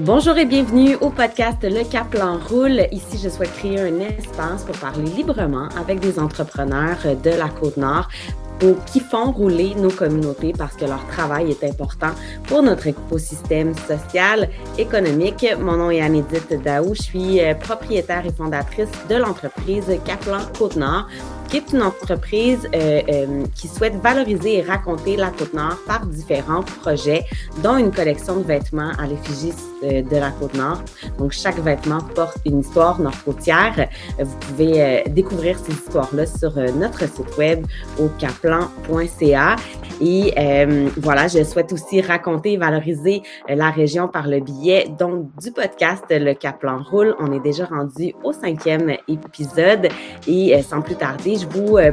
Bonjour et bienvenue au podcast Le Caplan Roule. Ici, je souhaite créer un espace pour parler librement avec des entrepreneurs de la Côte-Nord qui font rouler nos communautés parce que leur travail est important pour notre écosystème social, économique. Mon nom est Anne-Édith Daou, je suis propriétaire et fondatrice de l'entreprise Caplan Côte-Nord, qui est une entreprise qui souhaite valoriser et raconter la Côte-Nord par différents projets, dont une collection de vêtements à l'effigie de la Côte-Nord. Donc, chaque vêtement porte une histoire nord-côtière. Vous pouvez découvrir ces histoires-là sur notre site web au caplan.ca. Et voilà, je souhaite aussi raconter et valoriser la région par le biais donc du podcast Le Caplan Roule. On est déjà rendu au 5e épisode et sans plus tarder, je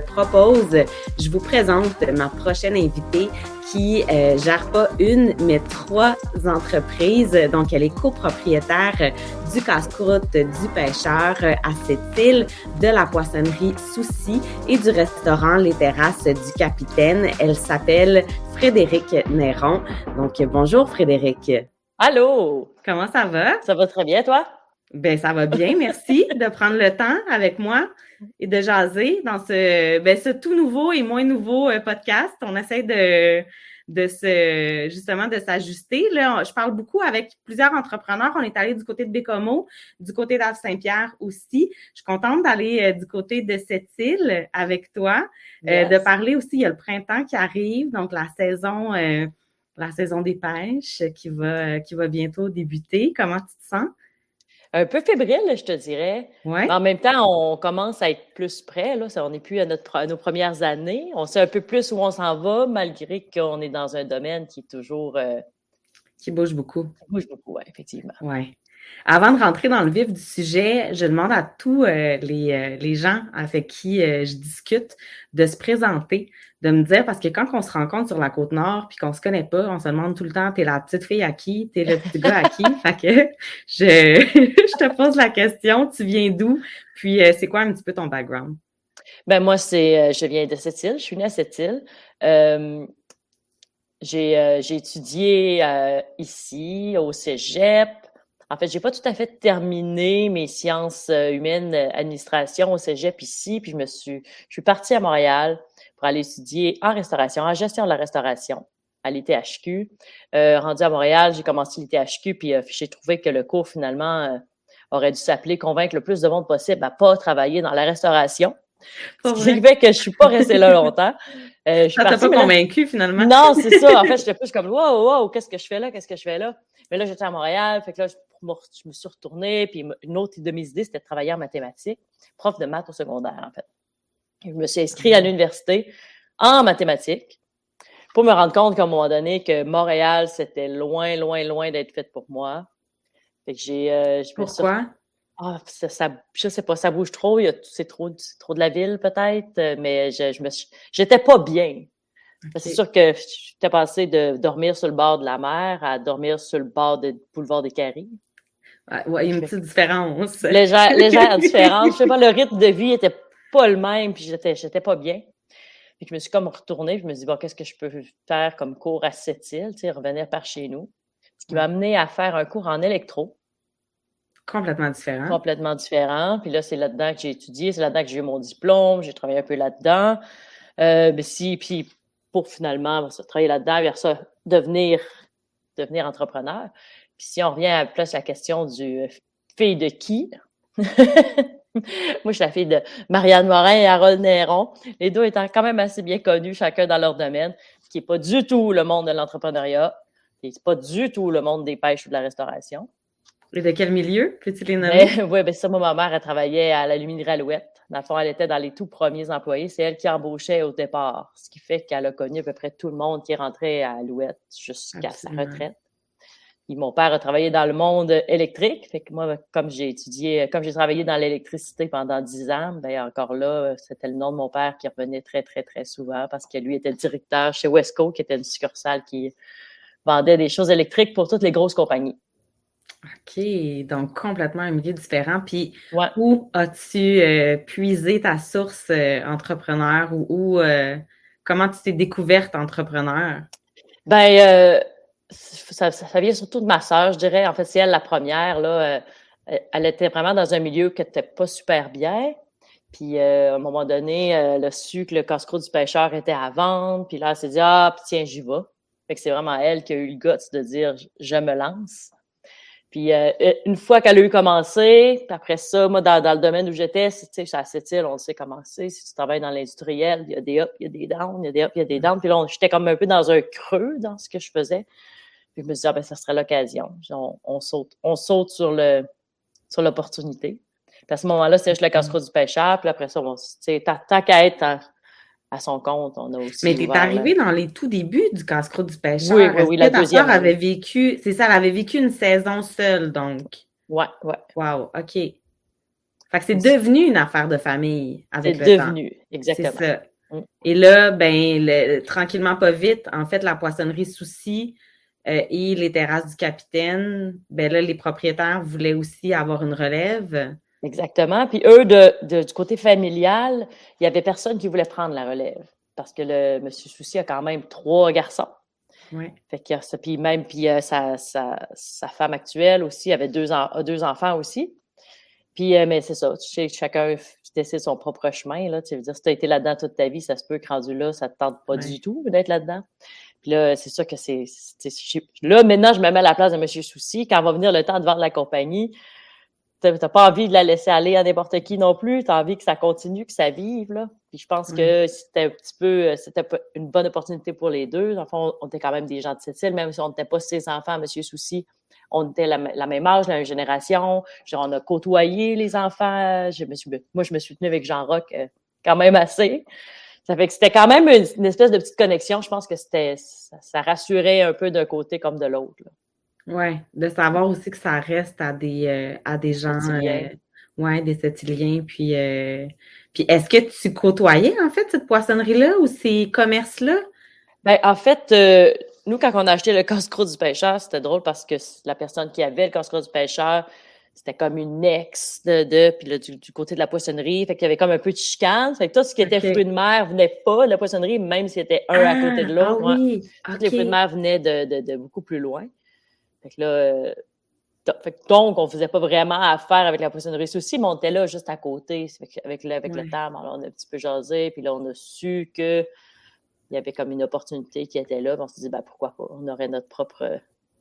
vous présente ma prochaine invitée qui gère pas une, mais 3 entreprises. Donc, elle est copropriétaire du casse-croûte du pêcheur à Sept-Îles, de la poissonnerie Souci et du restaurant Les Terrasses du Capitaine. Elle s'appelle Frédérique Néron. Donc, bonjour Frédérique. Allô! Comment ça va? Ça va très bien, toi? Ben, ça va bien, merci de prendre le temps avec moi et de jaser dans ce tout nouveau et moins nouveau podcast. On essaie de s'ajuster. Là, je parle beaucoup avec plusieurs entrepreneurs. On est allé du côté de Bécomo, du côté d'Ave-Saint-Pierre aussi. Je suis contente d'aller du côté de Sept-Îles avec toi, Yes. de parler aussi. Il y a le printemps qui arrive, donc la saison des pêches qui va bientôt débuter. Comment tu te sens? Un peu fébrile, je te dirais. Ouais. Mais en même temps, on commence à être plus près. Là. On n'est plus à nos premières années. On sait un peu plus où on s'en va, malgré qu'on est dans un domaine qui est toujours... Qui bouge beaucoup. Qui bouge beaucoup, oui, effectivement. Oui. Avant de rentrer dans le vif du sujet, je demande à tous les gens avec qui je discute de se présenter, de me dire, parce que quand on se rencontre sur la Côte-Nord puis qu'on se connaît pas, on se demande tout le temps, t'es la petite fille à qui? T'es le petit gars à qui? Fait que je te pose la question, tu viens d'où? Puis c'est quoi un petit peu ton background? Ben moi, je viens de Sept-Îles. Je suis née à Sept-Îles. J'ai étudié ici, au cégep. En fait, j'ai pas tout à fait terminé mes sciences humaines, administration au cégep ici, puis je suis partie à Montréal pour aller étudier en restauration, en gestion de la restauration à l'ITHQ. Rendue à Montréal, j'ai commencé l'ITHQ, puis j'ai trouvé que le cours, finalement, aurait dû s'appeler « Convaincre le plus de monde possible à pas travailler dans la restauration ». Ce qui fait que je suis pas restée là longtemps. Ça t'a pas convaincu, finalement? Non, c'est ça. En fait, j'étais plus comme « Wow, qu'est-ce que je fais là? Qu'est-ce que je fais là? » Mais là, j'étais à Montréal, fait que là, je me suis retournée, puis une autre de mes idées, c'était de travailler en mathématiques, prof de maths au secondaire, en fait. Et je me suis inscrite à l'université en mathématiques pour me rendre compte qu'à un moment donné, que Montréal, c'était loin, loin, loin d'être fait pour moi. Fait que Pourquoi? Je sais pas, ça bouge trop, c'est trop de la ville peut-être, mais j'étais pas bien. Okay. C'est sûr que j'étais passée de dormir sur le bord de la mer à dormir sur le bord du boulevard des Caries. Ouais, il y a une petite différence. Légère différence. Je sais pas, le rythme de vie était pas le même, puis j'étais pas bien. Puis je me suis comme retournée, je me dis, bon, qu'est-ce que je peux faire comme cours à Sept-Îles, tu sais, revenir par chez nous. Ce qui m'a amené à faire un cours en électro. Complètement différent. Complètement différent. Puis là, c'est là-dedans que j'ai étudié, c'est là-dedans que j'ai eu mon diplôme, j'ai travaillé un peu là-dedans. Puis pour finalement travailler là-dedans, vers ça, devenir entrepreneur. Puis si on revient à plus la question du fille de qui? Moi, je suis la fille de Marianne Morin et Harold Néron, les deux étant quand même assez bien connus, chacun dans leur domaine, ce qui n'est pas du tout le monde de l'entrepreneuriat, et c'est pas du tout le monde des pêches ou de la restauration. Et de quel milieu? Peux-tu les nommer? Oui, bien ça, moi, ma mère, elle travaillait à l'Aluminerie Alouette. Dans le fond, elle était dans les tout premiers employés. C'est elle qui embauchait au départ, ce qui fait qu'elle a connu à peu près tout le monde qui est rentré à Alouette jusqu'à sa retraite. Puis mon père a travaillé dans le monde électrique. Fait que moi, comme j'ai travaillé dans l'électricité pendant 10 ans, bien encore là, c'était le nom de mon père qui revenait très, très, très souvent parce que lui était directeur chez Wesco, qui était une succursale qui vendait des choses électriques pour toutes les grosses compagnies. OK, donc complètement un milieu différent. Puis, ouais. Où as-tu puisé ta source entrepreneur ou comment tu t'es découverte entrepreneur? Ben, ça vient surtout de ma sœur, je dirais. En fait, c'est elle la première, là. Elle était vraiment dans un milieu qui n'était pas super bien. Puis, à un moment donné, elle a su que le casse-croûte du pêcheur était à vendre. Puis là, elle s'est dit, ah, puis tiens, j'y vais. Fait que c'est vraiment elle qui a eu le guts de dire, je me lance. Puis, une fois qu'elle a eu commencé, puis après ça, moi, dans le domaine où j'étais, tu sais, c'est à Sept-Îles, on sait comment c'est. Si tu travailles dans l'industriel, il y a des ups, il y a des downs, il y a des ups, il y a des downs. Puis là, j'étais comme un peu dans un creux dans ce que je faisais. Puis je me suis dit, ah, ben, ça serait l'occasion. On saute sur l'opportunité. Puis à ce moment-là, c'est juste le casse-croûte du pêcheur. Puis après ça, tant qu'à être à son compte, on a aussi. Mais t'es arrivé dans les tout débuts du casse-croûte du pêcheur. Oui, la deuxième. Ta sœur avait vécu, c'est ça, elle avait vécu une saison seule, donc. Ouais. Wow, OK. Fait que c'est devenu une affaire de famille avec le temps. C'est devenu, exactement. C'est ça. Et là, ben, tranquillement, pas vite, en fait, la poissonnerie Souci et les terrasses du capitaine, ben là, les propriétaires voulaient aussi avoir une relève. Exactement. Puis eux, du côté familial, il y avait personne qui voulait prendre la relève parce que le monsieur Souci a quand même 3 garçons. Ouais. Fait que ça, puis sa femme actuelle aussi avait 2 enfants aussi. Puis, mais c'est ça, tu sais, chacun décide son propre chemin, là. Tu veux dire, si tu as été là-dedans toute ta vie, ça se peut que rendu là, ça te tente pas du tout d'être là-dedans. Puis là, c'est sûr que là, maintenant, je me mets à la place de M. Souci. Quand va venir le temps de vendre la compagnie, t'as pas envie de la laisser aller à n'importe qui non plus. T'as envie que ça continue, que ça vive, là. Puis je pense que c'était une bonne opportunité pour les deux. En fond, on était quand même des gens de Sept-Îles, même si on n'était pas ses enfants, M. Souci. On était la même âge, la même génération. Genre, on a côtoyé les enfants. Moi, je me suis tenue avec Jean-Roch quand même assez. Ça fait que c'était quand même une espèce de petite connexion. Je pense que ça rassurait un peu d'un côté comme de l'autre, là. Oui, de savoir aussi que ça reste à des gens, des Sept-Îliens. Puis est-ce que tu côtoyais, en fait, cette poissonnerie-là ou ces commerces-là? Ben, en fait, nous, quand on a acheté le casse-croûte du pêcheur, c'était drôle parce que la personne qui avait le casse-croûte du pêcheur, c'était comme une ex puis là, du côté de la poissonnerie. Fait qu'il y avait comme un peu de chicane. Fait que tout ce qui était fruits de mer venait pas de la poissonnerie, même s'il y était un à côté de l'autre. Oui. Tous les fruits de mer venaient de beaucoup plus loin. Fait que là, donc, on faisait pas vraiment affaire avec la poissonnerie Souci, mais on était là juste à côté. Avec le temps, on a un petit peu jasé, puis là, on a su que il y avait comme une opportunité qui était là. On s'est dit, ben, pourquoi pas? On aurait notre propre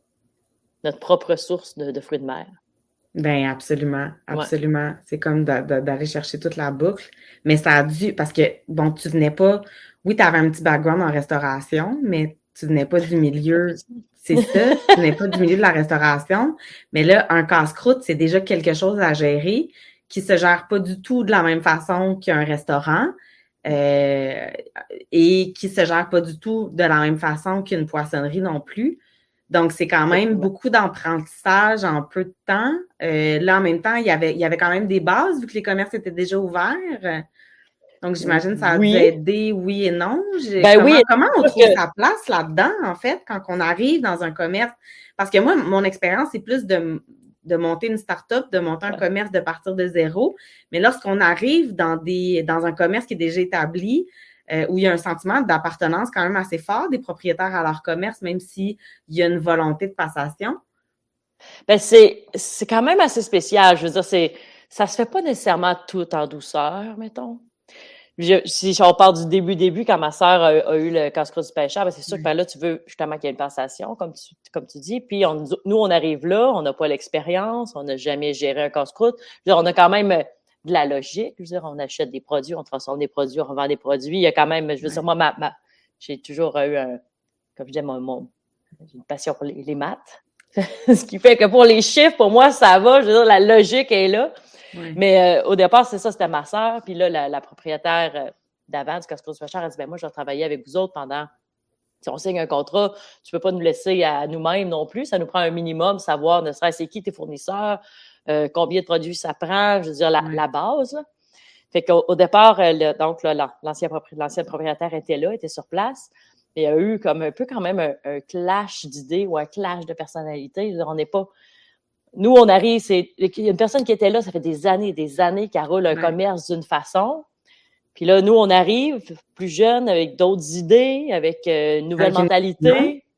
source de fruits de mer. Ben absolument. Ouais. C'est comme d'aller chercher toute la boucle. Mais ça a dû, parce que, bon, tu venais pas, oui, tu avais un petit background en restauration, mais tu venais pas du milieu, c'est ça, tu venais pas du milieu de la restauration. Mais là, un casse-croûte, c'est déjà quelque chose à gérer qui se gère pas du tout de la même façon qu'un restaurant et qui se gère pas du tout de la même façon qu'une poissonnerie non plus. Donc, c'est quand même beaucoup d'apprentissage en peu de temps. Là, en même temps, il y avait quand même des bases, vu que les commerces étaient déjà ouverts. Donc, j'imagine que ça a dû aider, oui et non. Comment on trouve sa place là-dedans, en fait, quand on arrive dans un commerce? Parce que moi, mon expérience, c'est plus de monter une start-up, de monter un commerce, de partir de zéro. Mais lorsqu'on arrive dans un commerce qui est déjà établi, où il y a un sentiment d'appartenance quand même assez fort des propriétaires à leur commerce, même s'il y a une volonté de passation? Ben c'est quand même assez spécial. Je veux dire, ça se fait pas nécessairement tout en douceur, mettons. Si on part du début, quand ma sœur a eu le casse-croûte du pêcheur, ben c'est sûr que là, tu veux justement qu'il y ait une passation, comme tu dis. Puis nous, on arrive là, on n'a pas l'expérience, on n'a jamais géré un casse-croûte. Je veux dire, on a quand même de la logique. Je veux dire, on achète des produits, on transforme des produits, on revend des produits. Il y a quand même, je veux dire, moi, j'ai toujours eu comme je dis, j'ai une passion pour les maths. Ce qui fait que pour les chiffres, pour moi, ça va. Je veux dire, la logique est là. Oui. Mais au départ, c'est ça, c'était ma sœur. Puis là, la propriétaire d'avant du casse-croûte du pêcheur, elle dit, ben moi, je vais travailler avec vous autres pendant, si on signe un contrat, tu peux pas nous laisser à nous-mêmes non plus. Ça nous prend un minimum, savoir ne serait-ce c'est qui tes fournisseurs, combien de produits ça prend, je veux dire, la base. Là. Fait qu'au départ, l'ancienne propriétaire était sur place. Il y a eu comme un peu quand même un clash d'idées ou un clash de personnalités. Je veux dire, on n'est pas... Nous, on arrive, il y a une personne qui était là, ça fait des années qu'elle roule un commerce d'une façon. Puis là, nous, on arrive plus jeunes, avec d'autres idées, avec une nouvelle mentalité.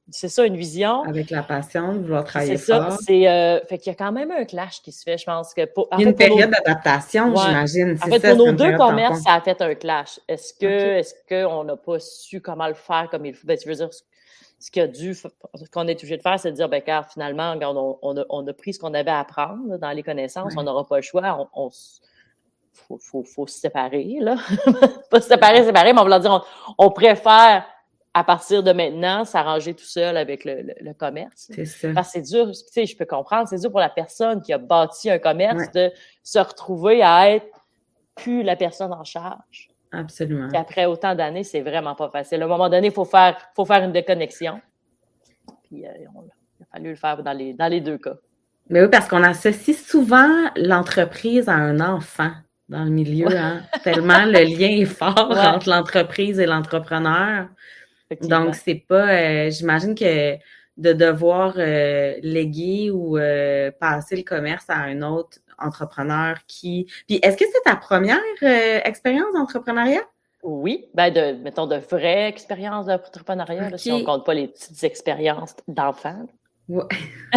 c'est ça, une vision. Avec la passion de vouloir travailler C'est ça, fort. fait qu'il y a quand même un clash qui se fait, je pense que Il y a une période d'adaptation, ouais. j'imagine. En fait, ça, pour nos une deux période commerces, tampon. ça a fait un clash. Est-ce OK. qu'on n'a pas su comment le faire comme il faut? Ben, tu veux dire, ce qu'on est obligé de faire, c'est de dire, ben, car finalement, regarde, on a pris ce qu'on avait à apprendre là, dans les connaissances, on Ouais. n'aura pas le choix, faut se séparer, là. Pas se séparer, mais on va leur dire, on préfère, à partir de maintenant, s'arranger tout seul avec le commerce. C'est ça. Parce que c'est dur, tu sais, je peux comprendre, c'est dur pour la personne qui a bâti un commerce Ouais. de se retrouver à être plus la personne en charge. Absolument. Puis après autant d'années, c'est vraiment pas facile. À un moment donné, il faut faire une déconnexion. Puis il a fallu le faire dans les deux cas. Mais oui, parce qu'on associe souvent l'entreprise à un enfant dans le milieu, hein? Tellement le lien est fort entre l'entreprise et l'entrepreneur. Donc, c'est pas, j'imagine que de devoir léguer ou passer le commerce à un autre entrepreneur qui... Puis, est-ce que c'est ta première expérience d'entrepreneuriat? Oui, mettons, de vraies expériences d'entrepreneuriat, là, si on compte pas les petites expériences d'enfants. Ouais.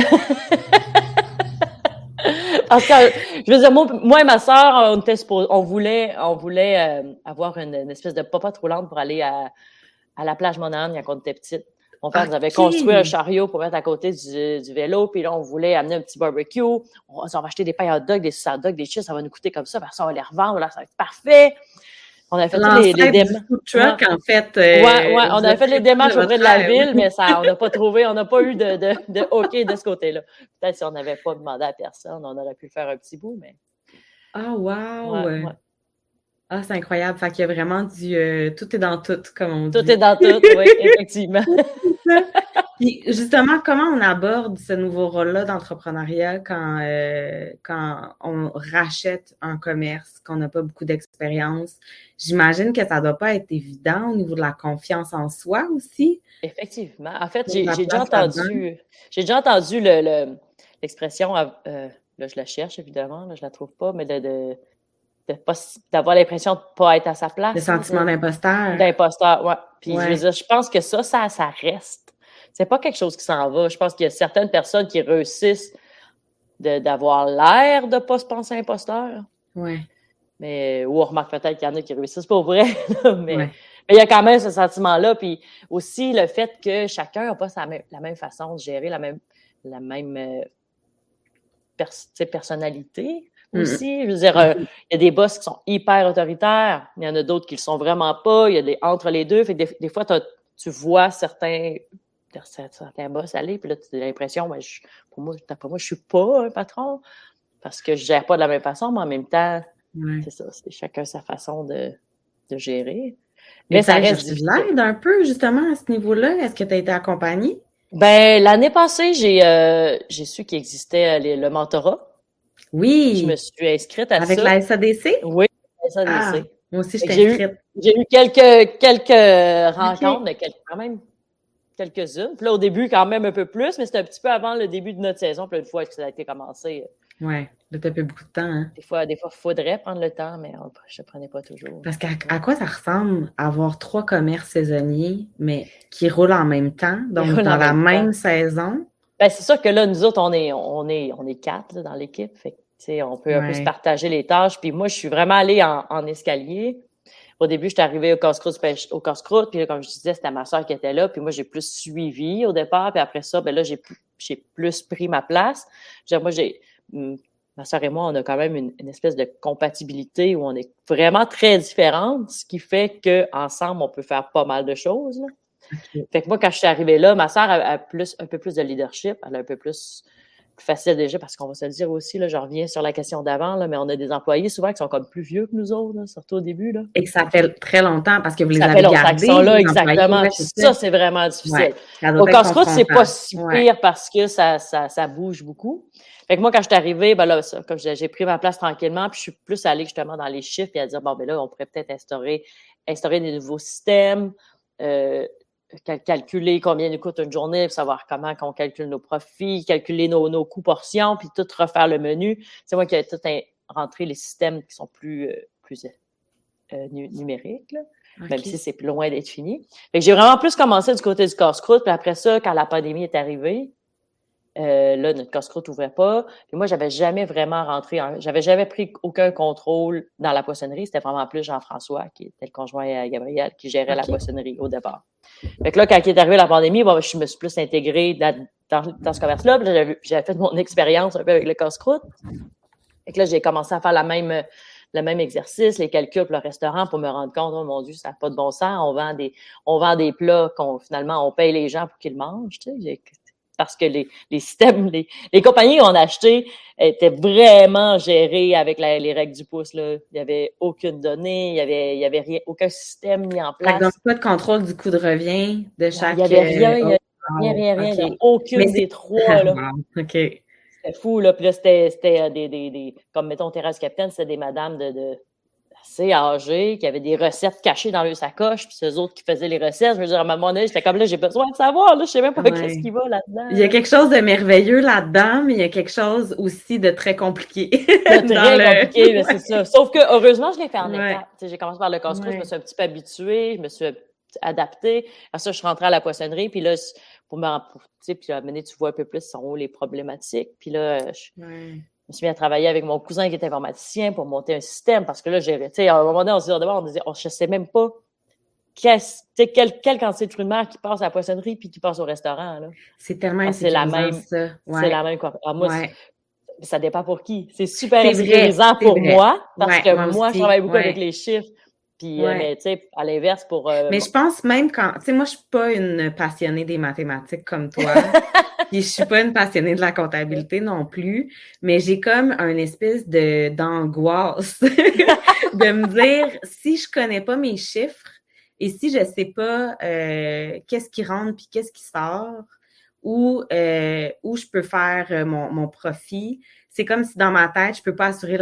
Parce que, je veux dire, moi et ma sœur, on voulait avoir une espèce de pop-up roulante pour aller à la plage Monahan quand on était petite. Mon père nous avait construit un chariot pour mettre à côté du vélo, puis là, on voulait amener un petit barbecue. On va acheter des pains hot dogs, des sauces hot dogs, des chips, ça va nous coûter comme ça, parce qu'on va les revendre, là, ça va être parfait. On avait fait les démarches. Food truck, en fait. On avait fait les démarches auprès de la ville, mais on n'a pas eu de OK de ce côté-là. Peut-être si on n'avait pas demandé à personne, on aurait pu faire un petit bout, mais. Ah, wow! Ah, c'est incroyable. Fait qu'il y a vraiment tout est dans tout, comme on dit. Tout est dans tout, oui, effectivement. Puis justement, comment on aborde ce nouveau rôle-là d'entrepreneuriat quand on rachète un commerce, qu'on n'a pas beaucoup d'expérience? J'imagine que ça ne doit pas être évident au niveau de la confiance en soi aussi. Effectivement. En fait, j'ai déjà entendu l'expression, là, je la cherche évidemment, là, je la trouve pas, mais d'avoir l'impression de ne pas être à sa place. Le sentiment d'imposteur. D'imposteur, oui. Puis je veux dire, je pense que ça reste. C'est pas quelque chose qui s'en va. Je pense qu'il y a certaines personnes qui réussissent d'avoir l'air de ne pas se penser imposteur. Oui. Mais, ou on remarque peut-être qu'il y en a qui réussissent pas vrai, mais il y a quand même ce sentiment-là. Puis aussi le fait que chacun n'a pas la même façon de gérer, la même personnalité. Aussi, je veux dire, il y a des boss qui sont hyper autoritaires, il y en a d'autres qui le sont vraiment pas, il y a entre les deux, fait que des fois, tu vois certains boss aller, puis là, tu as l'impression, pour moi, je suis pas un patron, parce que je gère pas de la même façon, mais en même temps, c'est ça, c'est chacun sa façon de gérer. Mais ça reste de l'aide un peu, justement, à ce niveau-là? Est-ce que tu as été accompagnée? Ben, l'année passée, j'ai su qu'il existait le mentorat. Oui. Je me suis inscrite à ça. Avec la SADC? Oui, la SADC. Ah, moi aussi, je t'ai inscrite. J'ai eu quelques rencontres, mais quand même quelques-unes. Puis là, au début, quand même un peu plus, mais c'était un petit peu avant le début de notre saison. Puis là, une fois que ça a été commencé. Oui, là, t'as fait beaucoup de temps. Hein? Des fois, il faudrait prendre le temps, mais je ne prenais pas toujours. Parce qu'à quoi ça ressemble avoir 3 commerces saisonniers, mais qui roulent en même temps, donc dans la même saison? Ben, c'est sûr que là, nous autres, on est 4 là, dans l'équipe. Fait que, on peut un peu se partager les tâches. Puis moi, je suis vraiment allée en escalier. Au début, j'étais arrivée au casse-croûte, puis là, comme je disais, c'était ma soeur qui était là, puis moi, j'ai plus suivi au départ, puis après ça, ben là, j'ai plus pris ma place. Ma soeur et moi, on a quand même une espèce de compatibilité où on est vraiment très différentes, ce qui fait qu'ensemble, on peut faire pas mal de choses, là. Okay. Fait que moi, quand je suis arrivée là, ma sœur a un peu plus de leadership, elle a un peu plus facile déjà, parce qu'on va se le dire aussi, là, je reviens sur la question d'avant, là, mais on a des employés souvent qui sont comme plus vieux que nous autres, là, surtout au début. Là. Et que ça fait très longtemps parce que vous les avez gardés. Ils sont là, exactement. Ça, c'est vraiment difficile. Au casse-croûte, c'est pas si pire parce que ça bouge beaucoup. Fait que moi, quand je suis arrivée, ben là, comme j'ai pris ma place tranquillement, puis je suis plus allée justement dans les chiffres et à dire, bon, ben là, on pourrait peut-être instaurer des nouveaux systèmes, calculer combien nous coûte une journée, pour savoir comment on calcule nos profits, calculer nos coûts portions, puis tout refaire le menu. C'est moi qui ai tout rentré les systèmes qui sont plus numériques. Là. même si c'est plus loin d'être fini. Fait que j'ai vraiment plus commencé du côté du casse-croûte, puis après ça, quand la pandémie est arrivée, là, notre casse-croûte n'ouvrait pas. Puis moi, j'avais jamais vraiment j'avais jamais pris aucun contrôle dans la poissonnerie. C'était vraiment plus Jean-François, qui était le conjoint à Gabriel, qui gérait la poissonnerie au départ. Fait que là, quand il est arrivé la pandémie, je me suis plus intégrée dans ce commerce-là. Puis là, j'avais fait mon expérience un peu avec le casse-croûte. Fait que là, j'ai commencé à faire le même exercice, les calculs pour le restaurant pour me rendre compte, oh mon Dieu, ça n'a pas de bon sens. On vend des plats finalement, on paye les gens pour qu'ils mangent, tu sais. Parce que les systèmes, les compagnies qu'on a achetées étaient vraiment gérées avec les règles du pouce, là. Il n'y avait aucune donnée, il y avait rien, aucun système mis en place. Donc, pas de contrôle du coût de revient de chaque... Il n'y avait rien, rien. Il n'y avait aucune des trois, là. Wow. OK. C'était fou, là. Puis là, c'était comme, mettons, Thérèse Capitaine, c'était des madames assez âgées, qui avaient des recettes cachées dans leur sacoche, puis c'est eux autres qui faisaient les recettes. Je veux dire, à un moment donné, j'étais comme là, j'ai besoin de savoir, là, je sais même pas qu'est-ce qui va là-dedans. Il y a quelque chose de merveilleux là-dedans, mais il y a quelque chose aussi de très compliqué. Compliqué, là, c'est ça. Sauf que, heureusement, je l'ai fait en étapes. J'ai commencé par le casse-croûte, je me suis un petit peu habituée, je me suis adaptée. Après ça, je suis rentrée à la poissonnerie, puis là, puis à un moment donné, tu vois un peu plus sont où les problématiques. Puis là, je me suis mis à travailler avec mon cousin qui est informaticien pour monter un système parce que là, à un moment donné, on disait, je sais même pas quelle quantité de fruits de mer qui passe à la poissonnerie puis qui passe au restaurant, là. C'est tellement insécurisant, ça. C'est la même. Moi, ça dépend pour qui. C'est super insécurisant pour moi parce que moi, je travaille beaucoup avec les chiffres. Puis, mais tu sais, à l'inverse, Mais je pense même quand... Tu sais, moi, je suis pas une passionnée des mathématiques comme toi. Puis, je suis pas une passionnée de la comptabilité non plus. Mais j'ai comme une espèce d'angoisse de me dire, si je connais pas mes chiffres et si je sais pas qu'est-ce qui rentre puis qu'est-ce qui sort, où je peux faire mon profit, c'est comme si dans ma tête, je peux pas assurer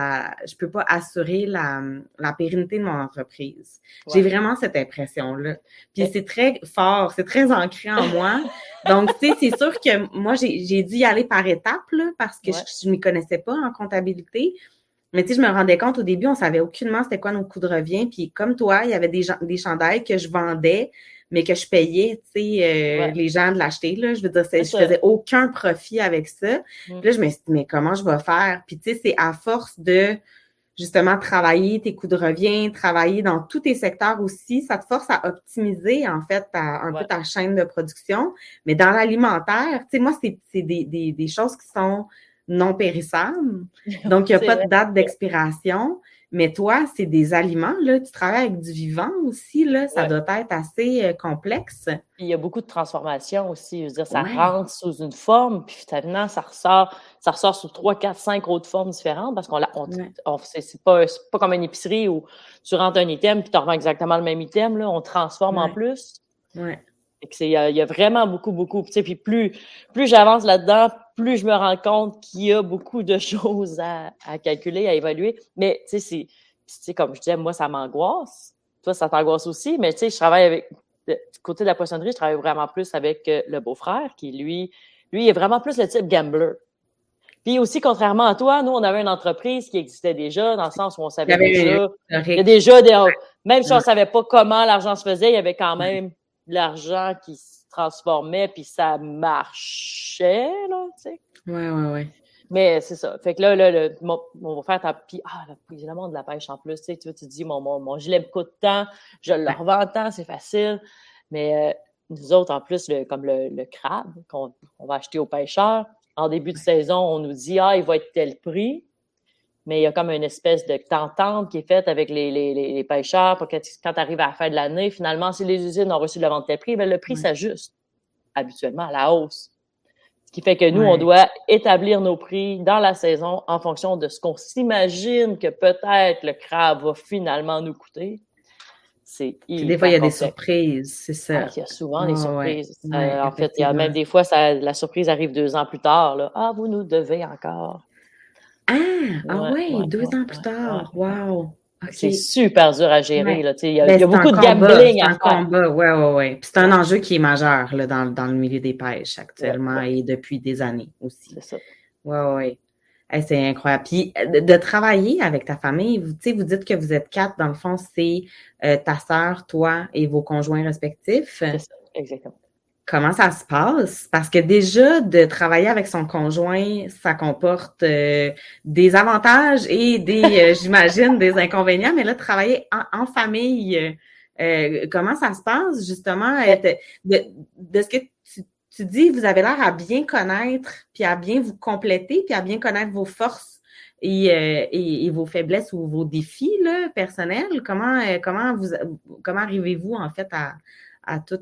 je peux pas assurer la pérennité de mon entreprise. J'ai vraiment cette impression-là. Puis c'est très fort, c'est très ancré en moi. Donc, tu sais, c'est sûr que moi, j'ai dû y aller par étapes, là, parce que je m'y connaissais pas en comptabilité. Mais tu sais, je me rendais compte au début, on savait aucunement c'était quoi nos coûts de revient. Puis comme toi, il y avait des chandails que je vendais, mais que je payais, tu sais, les gens de l'acheter, là. Je veux dire, je faisais aucun profit avec ça. Puis là, je me suis dit, mais comment je vais faire? Puis tu sais, c'est à force de, justement, travailler tes coûts de revient, travailler dans tous tes secteurs aussi, ça te force à optimiser, en fait, un peu ta chaîne de production. Mais dans l'alimentaire, tu sais, moi, c'est des choses qui sont non périssables. Donc, il n'y a pas de date d'expiration. Mais toi, c'est des aliments, là. Tu travailles avec du vivant aussi, là. Ça doit être assez complexe. Il y a beaucoup de transformations aussi. Je veux dire, ça rentre sous une forme, puis finalement, ça ressort sous 3, 4, 5 autres formes différentes parce c'est pas comme une épicerie où tu rentres un item puis tu revends exactement le même item, là. On transforme en plus. Il y a vraiment beaucoup. Tu sais, puis plus j'avance là-dedans, plus je me rends compte qu'il y a beaucoup de choses à calculer, à évaluer. Mais tu sais, comme je disais, moi, ça m'angoisse. Toi, ça t'angoisse aussi. Mais tu sais, je travaille du côté de la poissonnerie, je travaille vraiment plus avec le beau-frère qui, lui, est vraiment plus le type gambler. Puis aussi, contrairement à toi, nous, on avait une entreprise qui existait déjà, dans le sens où on savait déjà. Il y a déjà même si on savait pas comment l'argent se faisait, il y avait quand même de l'argent qui se transformait, puis ça marchait, là, tu sais. Ouais. Mais c'est ça. Fait que là, on va faire puis le monde de la pêche en plus, tu sais, tu dis, mon gilet me coûte tant, je le revends tant, c'est facile. Mais nous autres, en plus, comme le crabe qu'on va acheter aux pêcheurs, en début de saison, on nous dit, il va être tel prix. Mais il y a comme une espèce de d'entente qui est faite avec les pêcheurs pour que quand tu arrives à la fin de l'année, finalement, si les usines ont reçu le vente tel prix, bien, le prix s'ajuste habituellement à la hausse. Ce qui fait que nous, on doit établir nos prix dans la saison en fonction de ce qu'on s'imagine que peut-être le crabe va finalement nous coûter. Des fois, il y a des surprises, c'est ça. Il y a souvent des surprises. En fait, il y a même des fois, la surprise arrive 2 ans plus tard. Là. Vous nous devez encore. 2 ans plus tard. Wow. Okay. C'est super dur à gérer. Là, il y a beaucoup de gambling à faire. C'est un combat, ouais. Puis c'est un enjeu qui est majeur là, dans le milieu des pêches actuellement et depuis des années aussi. C'est ça. Ouais. Hey, c'est incroyable. Puis de travailler avec ta famille, tu sais, vous dites que vous êtes 4, dans le fond, c'est ta sœur, toi et vos conjoints respectifs. C'est ça, exactement. Comment ça se passe? Parce que déjà, de travailler avec son conjoint, ça comporte des avantages et j'imagine, des inconvénients, mais là, travailler en famille, comment ça se passe, justement? De ce que tu dis, vous avez l'air à bien connaître, puis à bien vous compléter, puis à bien connaître vos forces et vos faiblesses ou vos défis là, personnels. Comment arrivez-vous, en fait, à tout...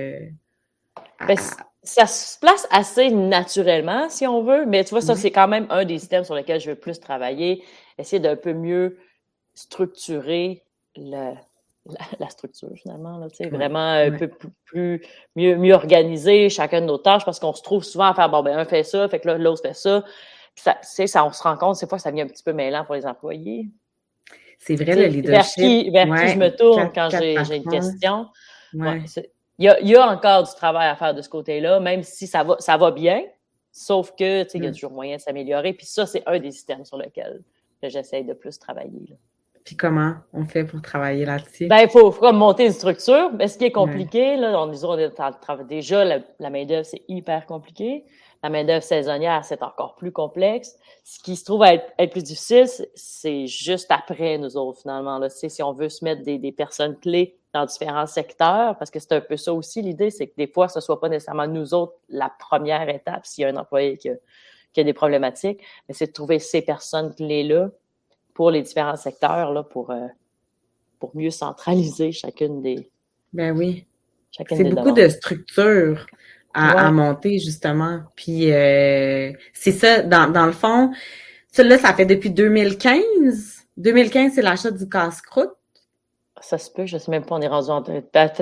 Ben, ça se place assez naturellement, si on veut, mais tu vois, ça, c'est quand même un des systèmes sur lesquels je veux plus travailler, essayer d'un peu mieux structurer la structure, finalement, là, tu sais, vraiment un peu mieux organiser chacun de nos tâches, parce qu'on se trouve souvent à faire, bon, ben, un fait ça, fait que là, l'autre fait ça. Puis ça, tu sais, ça, on se rend compte, c'est fois, ça devient un petit peu mêlant pour les employés. C'est vrai, le leadership. Vers qui je me tourne quand j'ai une question. Ouais. Il y a encore du travail à faire de ce côté-là, même si ça va bien, sauf que, tu sais, il y a toujours moyen de s'améliorer. Puis ça, c'est un des systèmes sur lesquels j'essaie de plus travailler, là. Puis comment on fait pour travailler là-dessus? Ben, il faut comme monter une structure. Mais ce qui est compliqué, là, déjà, la main-d'œuvre, c'est hyper compliqué. La main-d'œuvre saisonnière, c'est encore plus complexe. Ce qui se trouve à être plus difficile, c'est juste après nous autres, finalement. Là. Si on veut se mettre des personnes clés dans différents secteurs, parce que c'est un peu ça aussi, l'idée, c'est que des fois, ce soit pas nécessairement nous autres la première étape s'il y a un employé qui a des problématiques, mais c'est de trouver ces personnes clés-là pour les différents secteurs, là, pour mieux centraliser chacune des... Ben oui. C'est beaucoup de structures à monter, justement. Puis c'est ça, dans le fond, ça fait depuis 2015. 2015, c'est l'achat du casse-croûte. Ça se peut, je sais même pas, on est rendu en...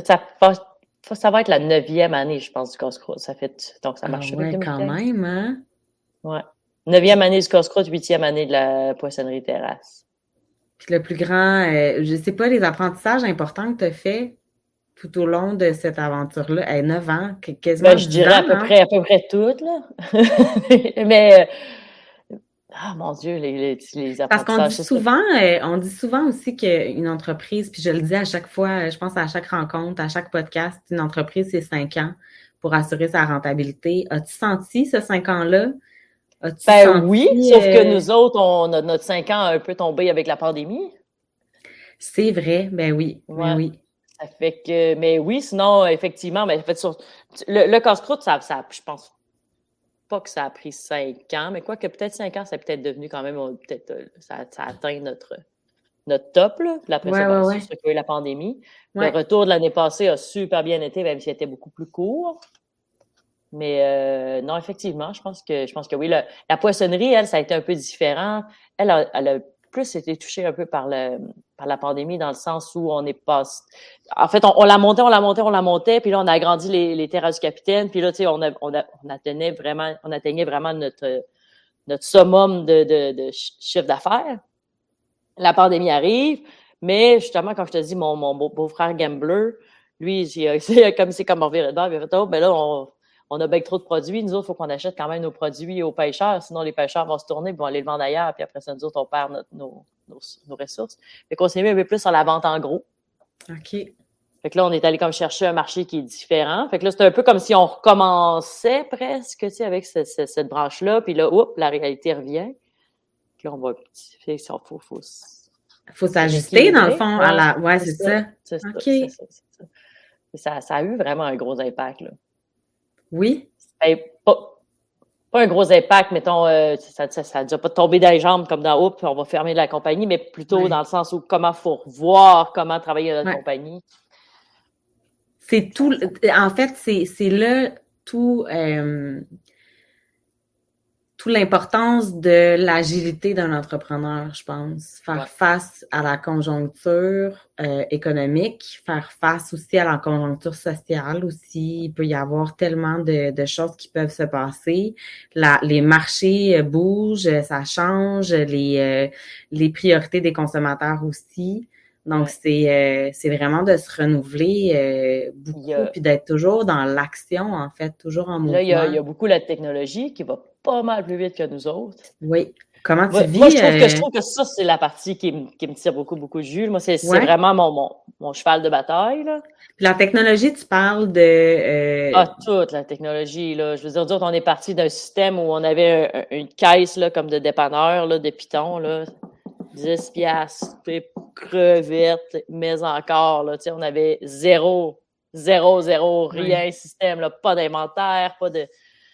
Ça va être la 9e année, je pense, du casse-croûte. Donc, ça marche depuis 2015. Quand même, hein? Ouais. 9e année du casse-croûte, 8e année de la poissonnerie terrasse. Puis le plus grand, je sais pas, les apprentissages importants que tu as fait tout au long de cette aventure-là, 9 ans, quasiment. Ben, je dirais à peu près toutes, là. Mais... Ah, mon Dieu, les apprentissages. Parce qu'on dit souvent aussi qu'une entreprise, puis je le dis à chaque fois, je pense à chaque rencontre, à chaque podcast, une entreprise, c'est 5 ans pour assurer sa rentabilité. As-tu senti ce 5 ans-là? Oui, sauf que nous autres, notre 5 ans a un peu tombé avec la pandémie. C'est vrai, ben oui, ouais. oui. Ça fait que, mais oui, sinon, effectivement, mais le casse-croûte, ça, je pense pas que ça a pris 5 ans, mais quoi que peut-être 5 ans, c'est peut-être devenu quand même, ça a atteint notre top, là. Puis après ça, c'est sûr qu'il y a eu la pandémie. Le retour de l'année passée a super bien été, même s'il était beaucoup plus court. Mais non, effectivement, je pense que oui. La poissonnerie, elle, ça a été un peu différent. Elle a plus été touchée un peu par la pandémie, dans le sens où on est passé... En fait, on la montait, puis là, on a agrandi les terrasses du capitaine, puis là, tu sais, on atteignait vraiment notre summum de chiffre d'affaires. La pandémie arrive, mais justement, quand je te dis, mon beau-frère gambler, lui, c'est comme on virait de bord, il a fait, ben là, on a bien trop de produits. Nous autres, il faut qu'on achète quand même nos produits aux pêcheurs. Sinon, les pêcheurs vont se tourner et vont aller le vendre ailleurs. Puis après ça, nous autres, on perd nos ressources. Fait qu'on s'est mis un peu plus sur la vente en gros. OK. Fait que là, on est allé comme chercher un marché qui est différent. Fait que là, c'est un peu comme si on recommençait presque, tu sais, avec cette branche-là. Puis là, la réalité revient. Puis là, on va... Faut s'ajuster, dans le fond, à la... Ouais, c'est ça. C'est ça. Ça a eu vraiment un gros impact, là. Oui. Ben, pas un gros impact, mettons, ça ne doit pas tomber dans les jambes comme dans puis on va fermer la compagnie, mais plutôt dans le sens où comment il faut revoir comment travailler dans notre compagnie. C'est tout. En fait, c'est là toute l'importance de l'agilité d'un entrepreneur, je pense. Faire face à la conjoncture économique, faire face aussi à la conjoncture sociale aussi. Il peut y avoir tellement de choses qui peuvent se passer. Les marchés bougent, ça change, les priorités des consommateurs aussi. Donc, c'est vraiment de se renouveler beaucoup, puis d'être toujours dans l'action, en fait, toujours en mouvement. Là, il y a beaucoup la technologie qui va pas mal plus vite que nous autres. Oui. Comment tu vis? Moi, je trouve que ça, c'est la partie qui me tire beaucoup, beaucoup de jus. Moi, c'est vraiment mon cheval de bataille, là. Puis la technologie, tu parles de... Toute la technologie, là. Je veux dire, on est parti d'un système où on avait une caisse, là, comme de dépanneur, là, de Python, là. 10 piastres, crevettes, mais encore, là, tu sais, on avait zéro, rien, système, là, pas d'inventaire, pas de...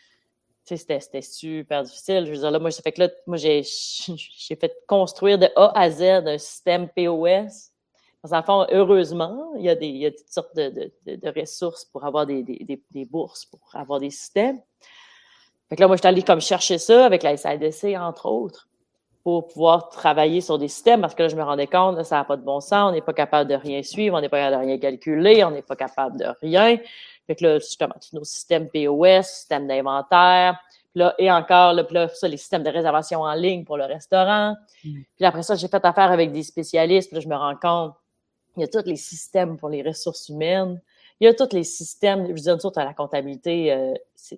Tu sais, c'était super difficile. Je veux dire, là, ça fait que là, moi, j'ai fait construire de A à Z un système POS. Dans le fond, heureusement, il y a toutes sortes de ressources pour avoir des bourses, pour avoir des systèmes. Fait que là, moi, je suis allée comme chercher ça avec la SADC, entre autres, pour pouvoir travailler sur des systèmes, parce que là, je me rendais compte, là, ça n'a pas de bon sens, on n'est pas capable de rien suivre, on n'est pas capable de rien calculer, on n'est pas capable de rien. Fait que là, justement, tous nos systèmes POS, systèmes d'inventaire, là, et encore, là, puis là, ça, les systèmes de réservation en ligne pour le restaurant. Puis après ça, j'ai fait affaire avec des spécialistes, puis là, je me rends compte, il y a tous les systèmes pour les ressources humaines, il y a tous les systèmes, je veux dire, à la comptabilité,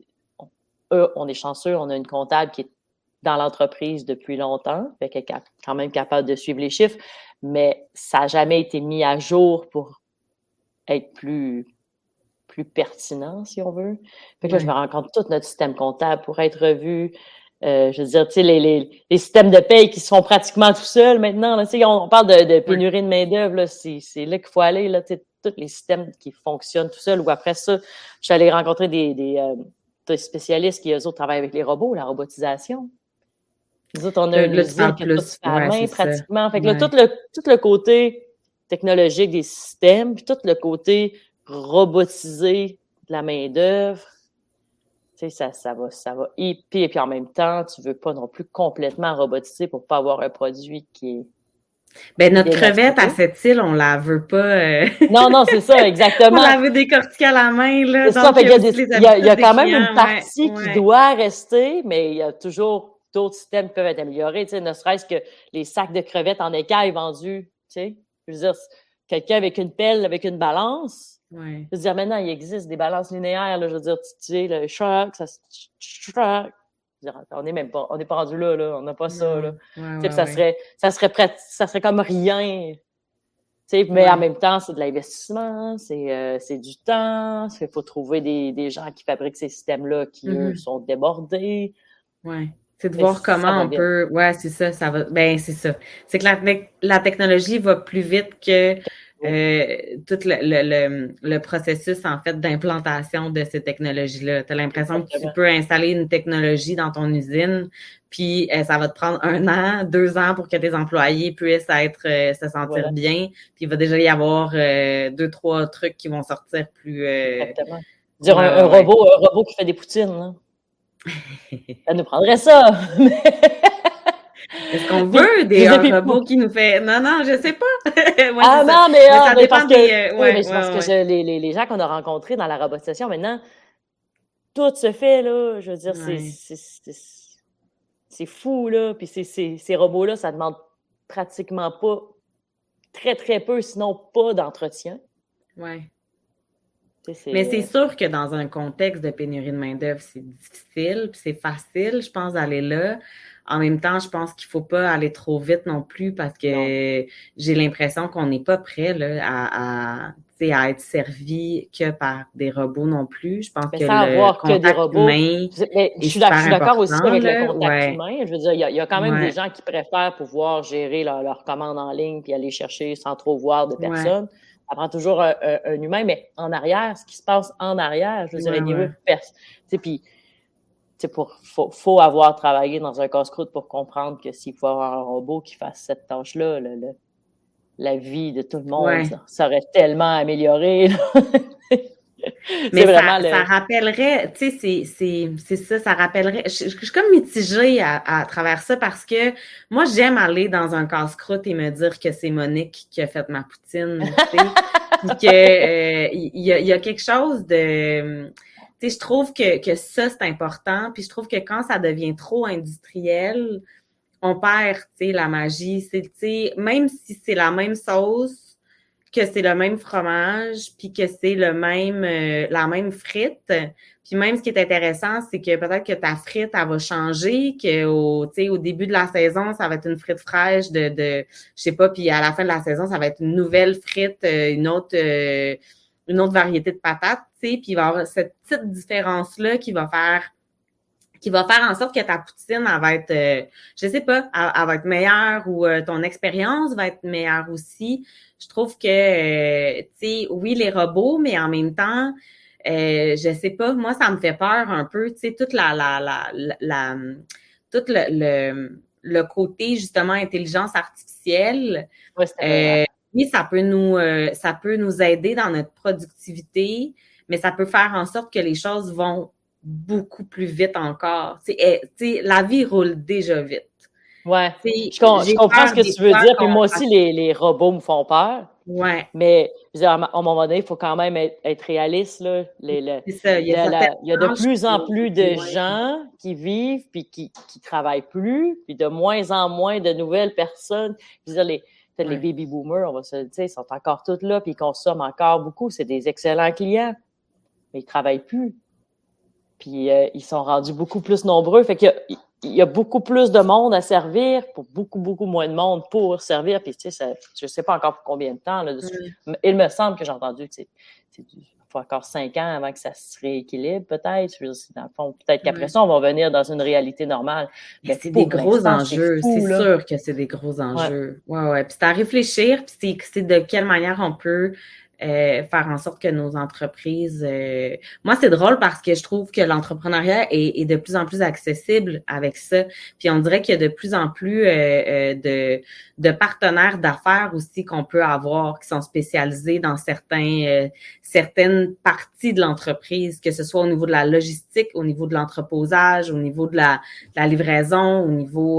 on est chanceux, on a une comptable qui est dans l'entreprise depuis longtemps, fait qu'elle est quand même capable de suivre les chiffres, mais ça n'a jamais été mis à jour pour être plus pertinent, si on veut. Fait que là, je me rends compte que tout notre système comptable pourrait être revu. Je veux dire, tu sais, les systèmes de paye qui se font pratiquement tout seuls maintenant. Là, tu sais, on parle de pénurie de main-d'œuvre, là, c'est là qu'il faut aller, là, tu sais, tous les systèmes qui fonctionnent tout seuls. Ou après ça, je suis allée rencontrer des spécialistes qui, eux autres, travaillent avec les robots, la robotisation. Nous autres, on a une usine qui a tout fait à la main, pratiquement. Fait que là, tout le côté technologique des systèmes, puis tout le côté robotisé de la main-d'œuvre, tu sais, ça va. Et puis en même temps, tu veux pas non plus complètement robotiser pour pas avoir un produit qui est... Ben, notre crevette à cette île, on la veut pas... Non, c'est ça, exactement. On la veut décortiquer à la main, là. C'est ça, fait qu'il y a quand même une partie qui doit rester, mais il y a toujours d'autres systèmes qui peuvent être améliorés, tu sais, ne serait-ce que les sacs de crevettes en écaille vendus, tu sais. Je veux dire, quelqu'un avec une pelle, avec une balance, je veux dire, maintenant, il existe des balances linéaires, là, je veux dire, tu sais, le choc, ça se... On n'est pas rendu là, on n'a pas ça, là. Ça serait comme rien. Mais en même temps, c'est de l'investissement, c'est du temps, il faut trouver des gens qui fabriquent ces systèmes-là qui, eux, sont débordés. Oui. C'est de voir comment on peut... Ouais, c'est ça, ça va... Ben, c'est ça. C'est que la technologie va plus vite que tout le processus, en fait, d'implantation de ces technologies-là. Tu as l'impression que tu peux installer une technologie dans ton usine, puis ça va te prendre 1 an, 2 ans pour que tes employés puissent se sentir bien, puis il va déjà y avoir 2-3 trucs qui vont sortir plus... Exactement. Dire un robot qui fait des poutines, là. Ça nous prendrait ça. Est-ce qu'on veut un robot qui nous fait... Non, je sais pas. Non, mais ça dépend parce que les gens qu'on a rencontrés dans la robotisation, maintenant, tout se fait, là. Je veux dire, c'est fou, là. Puis ces robots-là, ça demande pratiquement pas, très, très peu, sinon pas d'entretien. Oui. Mais c'est sûr que dans un contexte de pénurie de main-d'œuvre, c'est difficile, puis c'est facile, je pense, d'aller là. En même temps, je pense qu'il faut pas aller trop vite non plus parce que j'ai l'impression qu'on n'est pas prêt là, à être servi que par des robots non plus. Je pense que le contact humain je suis d'accord aussi avec le contact humain. Je veux dire, il y a quand même des gens qui préfèrent pouvoir gérer leur commande en ligne puis aller chercher sans trop voir de personnes. Ça prend toujours un humain, mais en arrière, ce qui se passe en arrière, je veux dire, niveau puis faut avoir travaillé dans un casse-croûte pour comprendre que s'il faut avoir un robot qui fasse cette tâche-là, la vie de tout le monde, ça aurait tellement amélioré. Mais ça rappellerait, tu sais, c'est ça, ça rappellerait. Je suis comme mitigée à travers ça parce que moi, j'aime aller dans un casse-croûte et me dire que c'est Monique qui a fait ma poutine, tu sais. Puis que il y a quelque chose de... Tu sais, je trouve que ça, c'est important. Puis je trouve que quand ça devient trop industriel, on perd, tu sais, la magie. C'est, tu sais, même si c'est la même sauce, que c'est le même fromage, puis que c'est la même frite. Puis même, ce qui est intéressant, c'est que peut-être que ta frite, elle va changer, au début de la saison, ça va être une frite fraîche je sais pas, puis à la fin de la saison, ça va être une nouvelle frite, une autre variété de patates, tu sais, puis il va y avoir cette petite différence-là qui va faire en sorte que ta poutine, elle va être, je sais pas, elle va être meilleure ou ton expérience va être meilleure aussi. Je trouve que, tu sais, oui, les robots, mais en même temps, je sais pas, moi, ça me fait peur un peu, tu sais, toute tout le côté, justement, intelligence artificielle. Ouais, c'était Oui, ça peut nous aider dans notre productivité, mais ça peut faire en sorte que les choses vont beaucoup plus vite encore. Tu sais, la vie roule déjà vite. ouais. Je comprends ce que tu veux dire. Puis moi aussi, les robots me font peur. Ouais. Mais je veux dire, à un moment donné, il faut quand même être réaliste. Là. C'est ça. Il y a de plus en plus de gens qui vivent puis qui travaillent plus, puis de moins en moins de nouvelles personnes. Je veux dire, les baby boomers, on va se dire, ils sont encore tous là, puis ils consomment encore beaucoup. C'est des excellents clients, mais ils travaillent plus. Puis ils sont rendus beaucoup plus nombreux. Fait qu'il y a beaucoup plus de monde à servir pour beaucoup, beaucoup moins de monde pour servir. Puis, tu sais, je ne sais pas encore pour combien de temps. Là, il me semble que j'ai entendu que il faut encore 5 ans avant que ça se rééquilibre, peut-être. Dans le fond, peut-être qu'après ça, on va revenir dans une réalité normale. Mais c'est des gros enjeux. C'est sûr que c'est des gros enjeux. Ouais. Puis c'est à réfléchir. Puis c'est de quelle manière on peut faire en sorte que nos entreprises... Moi, c'est drôle parce que je trouve que l'entrepreneuriat est de plus en plus accessible avec ça. Puis on dirait qu'il y a de plus en plus de partenaires d'affaires aussi qu'on peut avoir qui sont spécialisés dans certaines parties de l'entreprise, que ce soit au niveau de la logistique, au niveau de l'entreposage, au niveau de la livraison, au niveau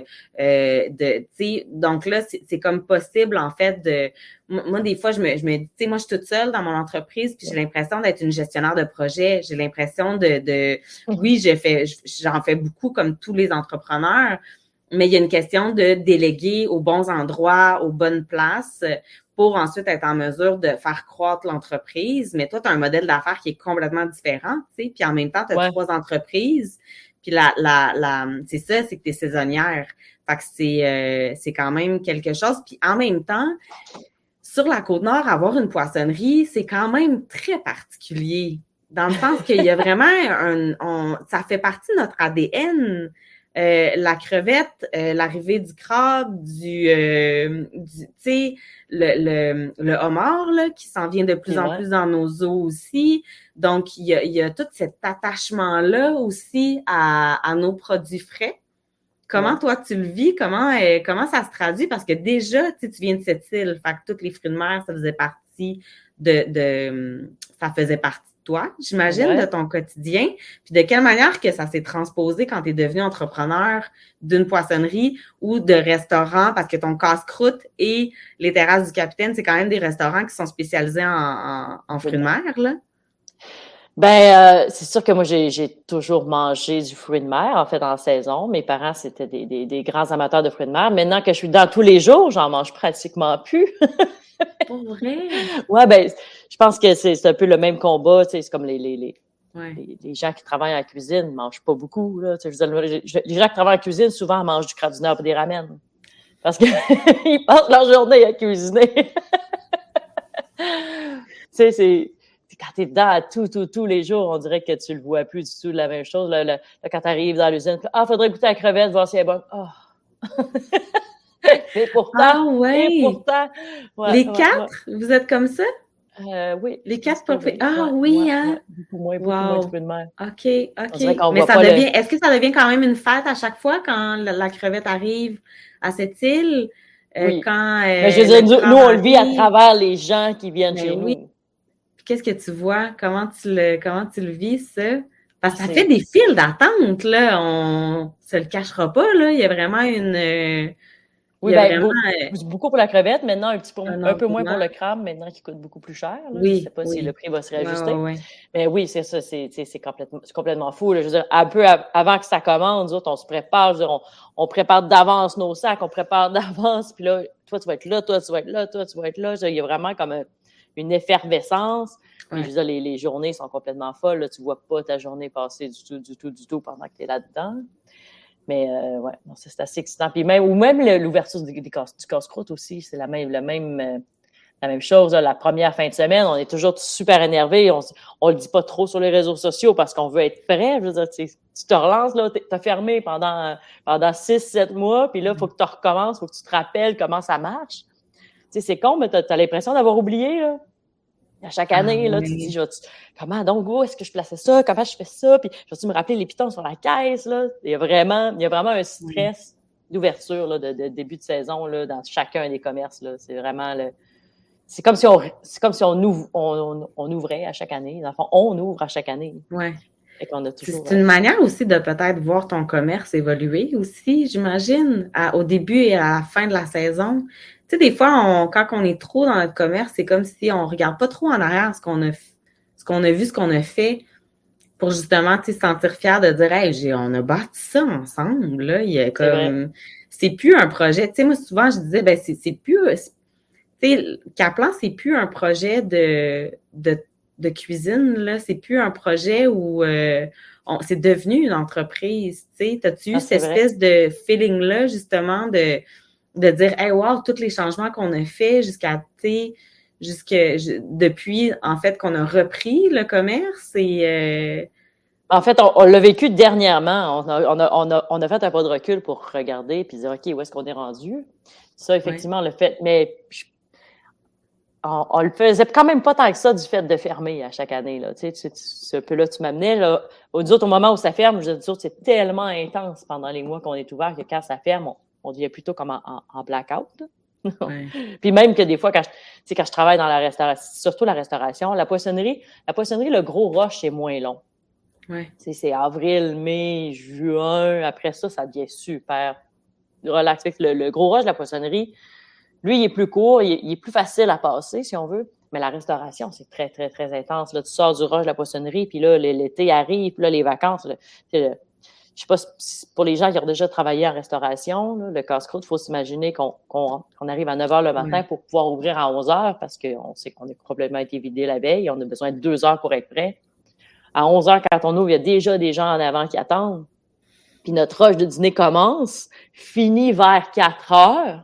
tu sais, donc là, c'est comme possible, en fait, moi, des fois, je me dis, tu sais, moi, je suis toute seule dans mon entreprise, puis j'ai l'impression d'être une gestionnaire de projet. J'ai l'impression oui, j'en fais beaucoup comme tous les entrepreneurs, mais il y a une question de déléguer aux bons endroits, aux bonnes places, pour ensuite être en mesure de faire croître l'entreprise. Mais toi, tu as un modèle d'affaires qui est complètement différent, tu sais, puis en même temps, tu as 3 entreprises, puis c'est ça, c'est que tu es saisonnière. Fait que c'est quand même quelque chose. Puis en même temps, sur la Côte-Nord, avoir une poissonnerie, c'est quand même très particulier. Dans le sens qu'il y a vraiment ça fait partie de notre ADN. La crevette, l'arrivée du crabe, tu sais, le homard, là, qui s'en vient de plus en plus dans nos eaux aussi. Donc, il y a tout cet attachement-là aussi à nos produits frais. Comment toi tu le vis? Comment ça se traduit? Parce que déjà, tu viens de cette île, fait que tous les fruits de mer, ça faisait partie de toi, j'imagine, de ton quotidien. Puis de quelle manière que ça s'est transposé quand tu es devenu entrepreneur d'une poissonnerie ou de restaurant, parce que ton casse-croûte et les terrasses du Capitaine, c'est quand même des restaurants qui sont spécialisés en fruits de mer, là? Ben, c'est sûr que moi, j'ai toujours mangé du fruit de mer, en fait, en saison. Mes parents, c'était des grands amateurs de fruits de mer. Maintenant que je suis dans tous les jours, j'en mange pratiquement plus. Pour vrai? Ouais, ben, je pense que c'est un peu le même combat, tu sais, c'est comme les gens qui travaillent en cuisine ne mangent pas beaucoup, là. Tu sais, les gens qui travaillent en cuisine, souvent, mangent du crabe du Nord et des ramen. Parce que ils passent leur journée à cuisiner. Tu sais, quand t'es dedans tous les jours, on dirait que tu le vois plus du tout de la même chose. Là, quand t'arrives dans l'usine, faudrait goûter la crevette, voir si elle est bonne. Et pourtant, ouais. Les 4, vous êtes comme ça? Oui. Les 4 oui, hein? Beaucoup moins de fruits de mer. OK. Mais est-ce que ça devient quand même une fête à chaque fois quand la crevette arrive à cette île? Oui. Mais je veux dire, nous, on le vit à travers les gens qui viennent chez nous. Qu'est-ce que tu vois? Comment tu le vis, ça? Parce que ça fait des files d'attente, là. On se le cachera pas, là. Il y a vraiment Oui, beaucoup pour la crevette, maintenant un peu moins pour le crabe, maintenant qui coûte beaucoup plus cher. Là. Oui, je ne sais pas si le prix va se réajuster. Ouais. Mais oui, c'est ça, c'est complètement fou. Là. Je veux dire, un peu avant que ça commence, nous autres, on se prépare, je veux dire, on prépare d'avance nos sacs, on prépare d'avance, puis là, toi, tu vas être là, toi, tu vas être là, toi, tu vas être là. Il y a vraiment comme une effervescence. Puis, je veux dire, les journées sont complètement folles. Là. Tu ne vois pas ta journée passer du tout pendant que tu es là-dedans. Mais c'est assez excitant. Puis même l'ouverture du casse-croûte aussi, c'est la même chose. Là. La première fin de semaine, on est toujours super énervé. On le dit pas trop sur les réseaux sociaux parce qu'on veut être prêt. Je veux dire, tu te relances, là, t'as fermé pendant 6-7 mois, puis là, il faut que tu recommences, il faut que tu te rappelles comment ça marche. Tu sais, c'est con, mais t'as l'impression d'avoir oublié, là. À chaque année, là, tu te dis, comment donc, où est-ce que je plaçais ça? Comment je fais ça? Puis, je vais-tu me rappeler les pitons sur la caisse, là? Il y a vraiment un stress d'ouverture, là, de début de saison, là, dans chacun des commerces, là. C'est vraiment c'est comme si on ouvrait à chaque année. Dans le fond, on ouvre à chaque année. Ouais. C'est une manière aussi de peut-être voir ton commerce évoluer aussi, j'imagine, au début et à la fin de la saison. Tu sais, des fois, quand on est trop dans notre commerce, c'est comme si on regarde pas trop en arrière ce qu'on a vu, ce qu'on a fait, pour justement, tu sais, se sentir fier de dire, hey, on a bâti ça ensemble, là. Il y a comme, c'est plus un projet. Tu sais, moi, souvent, je disais, ben, c'est plus, tu sais, Kaplan, c'est plus un projet de cuisine, là. C'est plus un projet où c'est devenu une entreprise, tu sais. T'as-tu eu cette espèce de feeling-là, justement, de dire, hey, wow, tous les changements qu'on a fait depuis, en fait, qu'on a repris le commerce et... En fait, on l'a vécu dernièrement. On a fait un pas de recul pour regarder puis dire, OK, où est-ce qu'on est rendu? Ça, effectivement, on l'a fait. Mais on le faisait quand même pas tant que ça du fait de fermer à chaque année. Là. Tu sais, ce peu-là, tu m'amenais. Là, au moment où ça ferme, je dis, c'est tellement intense pendant les mois qu'on est ouvert que quand ça ferme, on devient plutôt comme en blackout. Puis même que des fois, quand je travaille dans la restauration, surtout la restauration, la poissonnerie, le gros rush, c'est moins long. C'est avril, mai, juin. Après ça, ça devient super relax. Le gros rush de la poissonnerie, lui, il est plus court, il est plus facile à passer, si on veut. Mais la restauration, c'est très, très, très intense. Là, tu sors du rush de la poissonnerie, puis là, l'été arrive, puis là, les vacances. Là, je sais pas si pour les gens qui ont déjà travaillé en restauration, là, le casse-croûte, il faut s'imaginer qu'on arrive à 9 h le matin pour pouvoir ouvrir à 11 h parce qu'on sait qu'on a complètement été vidé la veille. On a besoin de 2 heures pour être prêt. À 11 h, quand on ouvre, il y a déjà des gens en avant qui attendent. Puis notre rush de dîner commence, finit vers 4 h.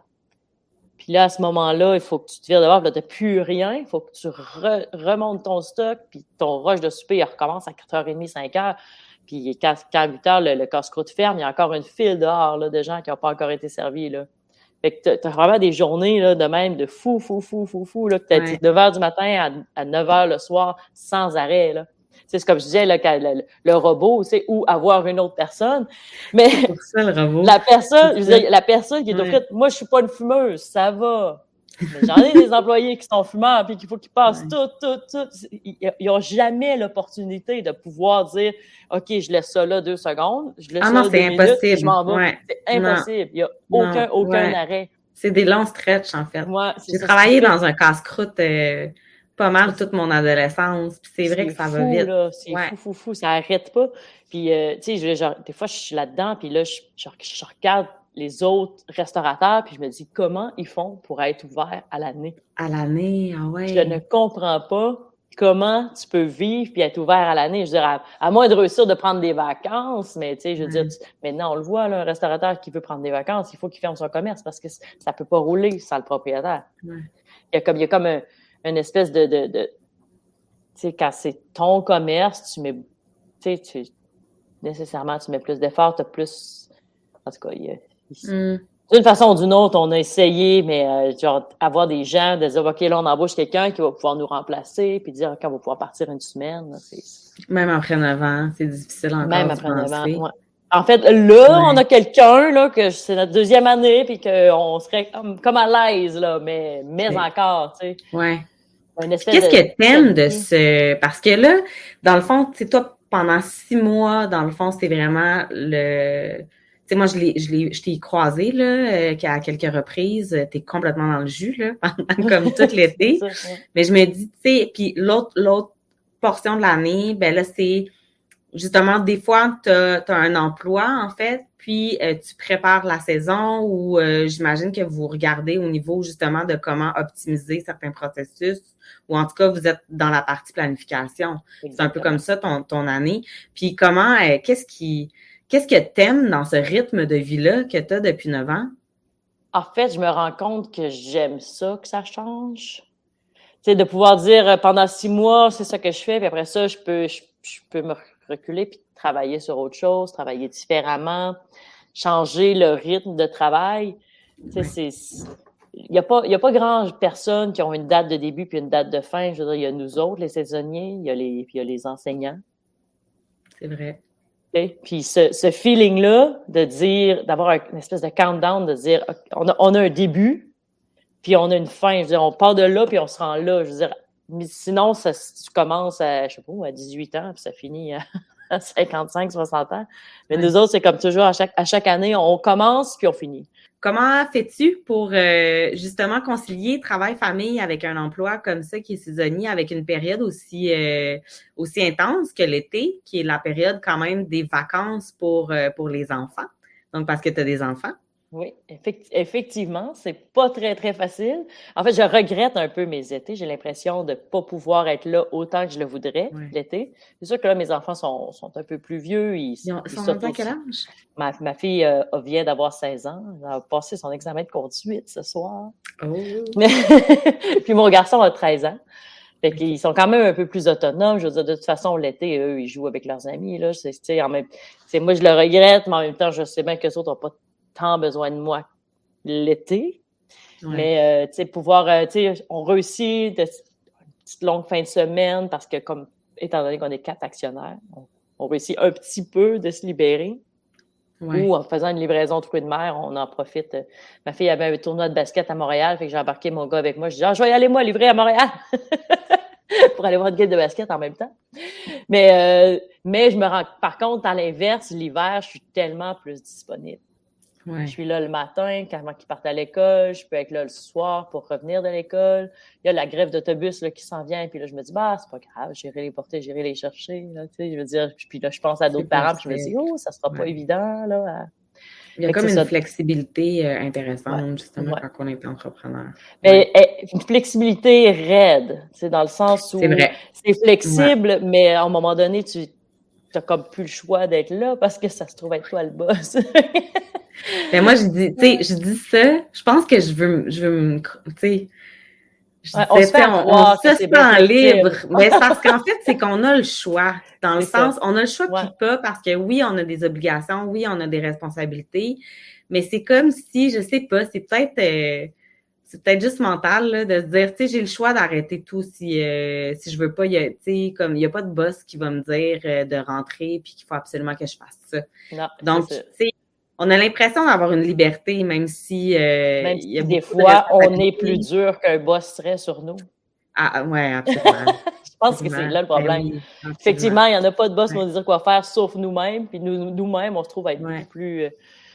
Puis là, à ce moment-là, il faut que tu te vires dehors. Là, tu n'as plus rien. Il faut que tu remontes ton stock. Puis ton rush de souper, il recommence à 4h30, 5 h. Puis quand 8 h, le casse-croûte ferme, il y a encore une file dehors là, de gens qui n'ont pas encore été servis. Là. Fait que tu as vraiment des journées là, de même de fou. Là, que tu as 9 h du matin à 9 h le soir sans arrêt. Là. C'est comme je disais, là, le robot, c'est ou avoir une autre personne. Mais ça, le robot. la personne qui est offerte, moi, je suis pas une fumeuse, ça va. Mais j'en ai des employés qui sont fumeurs puis qu'il faut qu'ils passent tout. Ils n'ont jamais l'opportunité de pouvoir dire, OK, je laisse ça là 2 secondes, je laisse ça là 2 minutes, impossible. Je m'en vais. C'est impossible. Il n'y a aucun arrêt. C'est des longs stretches, en fait. J'ai travaillé dans un casse-croûte pas mal toute mon adolescence. Puis c'est vrai que ça va vite. C'est fou, ça arrête pas. Puis, tu sais, des fois, je suis là-dedans, puis là, je regarde les autres restaurateurs, puis je me dis, comment ils font pour être ouverts à l'année? À l'année, ah ouais. Je ne comprends pas comment tu peux vivre puis être ouvert à l'année. Je veux dire, à moins de réussir de prendre des vacances, mais tu sais, je veux dire, maintenant, on le voit, là, un restaurateur qui veut prendre des vacances, il faut qu'il ferme son commerce parce que ça peut pas rouler sans le propriétaire. Il y a comme une espèce de tu sais, quand c'est ton commerce, tu mets, nécessairement, tu mets plus d'efforts, tu as plus, en tout cas, d'une façon ou d'une autre, on a essayé, mais genre, avoir des gens, de dire, OK, là, on embauche quelqu'un qui va pouvoir nous remplacer, puis dire, OK, on va pouvoir partir une semaine. Là, même après 9 ans, c'est difficile encore. Même après 9 ans, ouais. En fait, là, on a quelqu'un, là, que c'est notre 2e année, puis qu'on serait comme à l'aise, là, mais encore, tu sais. Ouais. Qu'est-ce que t'aimes de ce... Parce que là, dans le fond, tu sais, toi, pendant 6 mois, dans le fond, c'est vraiment tu sais, moi, je t'ai croisé, là, à quelques reprises. T'es complètement dans le jus, là, comme tout l'été. C'est ça, ouais. Mais je me dis, tu sais, puis l'autre portion de l'année, ben là, c'est justement, des fois, t'as un emploi, en fait, puis tu prépares la saison ou j'imagine que vous regardez au niveau, justement, de comment optimiser certains processus ou en tout cas, vous êtes dans la partie planification. C'est un peu Exactement. comme ça, ton année. Puis comment, qu'est-ce que t'aimes dans ce rythme de vie-là que t'as depuis 9 ans? En fait, je me rends compte que j'aime ça, que ça change. Tu sais, de pouvoir dire pendant 6 mois, c'est ça que je fais, puis après ça, je peux me reculer puis travailler sur autre chose, travailler différemment, changer le rythme de travail. Tu sais, il y a pas grand personne qui ont une date de début puis une date de fin. Je veux dire, il y a nous autres, les saisonniers, puis il y a les enseignants. C'est vrai. Okay? Puis ce feeling-là de dire, d'avoir une espèce de countdown, de dire, on a un début, puis on a une fin. Je veux dire, on part de là, puis on se rend là. Je veux dire, mais sinon, tu commences à, je sais pas, à 18 ans, puis ça finit à 55, 60 ans. Mais nous autres, c'est comme toujours, à chaque année, on commence, puis on finit. Comment fais-tu pour justement concilier travail-famille avec un emploi comme ça qui est saisonnier, avec une période aussi intense que l'été, qui est la période quand même des vacances pour les enfants? Donc, parce que tu as des enfants. Oui, effectivement, c'est pas très, très facile. En fait, je regrette un peu mes étés. J'ai l'impression de pas pouvoir être là autant que je le voudrais l'été. C'est sûr que là, mes enfants sont un peu plus vieux. Ils sont rendus à quel âge? Ma fille vient d'avoir 16 ans. Elle a passé son examen de conduite ce soir. Oh. Puis mon garçon a 13 ans. Fait qu'ils sont quand même un peu plus autonomes. Je veux dire, de toute façon, l'été, eux, ils jouent avec leurs amis. Là. Moi, je le regrette, mais en même temps, je sais bien qu'eux autres n'ont pas tant besoin de moi l'été. Ouais. Mais, tu sais, pouvoir, tu sais, on réussit une petite longue fin de semaine parce que, comme, étant donné qu'on est 4 actionnaires, on réussit un petit peu de se libérer. Ouais. Ou en faisant une livraison de fruits de mer, on en profite. Ma fille avait un tournoi de basket à Montréal, fait que j'ai embarqué mon gars avec moi. Je dis, je vais y aller, moi, livrer à Montréal pour aller voir une game de basket en même temps. Mais je me rends, par contre, à l'inverse, l'hiver, je suis tellement plus disponible. Ouais. Je suis là le matin, quand ils partent à l'école. Je peux être là le soir pour revenir de l'école. Il y a la grève d'autobus là, qui s'en vient. Puis là, je me dis, c'est pas grave, j'irai les porter, j'irai les chercher. Là, tu sais, je veux dire, puis là, je pense à d'autres parents. Puis je me dis, ça sera pas évident. Là, il y a comme une flexibilité intéressante, justement, quand on est entrepreneur. Mais une flexibilité raide. C'est dans le sens où c'est flexible, mais à un moment donné, tu n'as comme plus le choix d'être là parce que ça se trouve être toi le boss. Mais moi, je dis ça, je pense que je veux me, tu sais, on se sent libre. Mais c'est parce qu'en fait, c'est qu'on a le choix. Dans le sens, on a le choix puis pas parce que oui, on a des obligations, oui, on a des responsabilités, mais c'est comme si, je sais pas, c'est peut-être juste mental là, de se dire, tu sais, j'ai le choix d'arrêter tout si je veux pas, tu sais, comme il y a pas de boss qui va me dire de rentrer puis qu'il faut absolument que je fasse ça. Non, donc, tu sais, on a l'impression d'avoir une liberté, même si y a des fois, on est plus dur qu'un boss serait sur nous. Ah, ouais, absolument. Je pense que c'est là le problème. Oui, effectivement, il n'y en a pas de boss qui vont nous dire quoi faire, sauf nous-mêmes. Puis nous-mêmes, on se trouve à être beaucoup plus...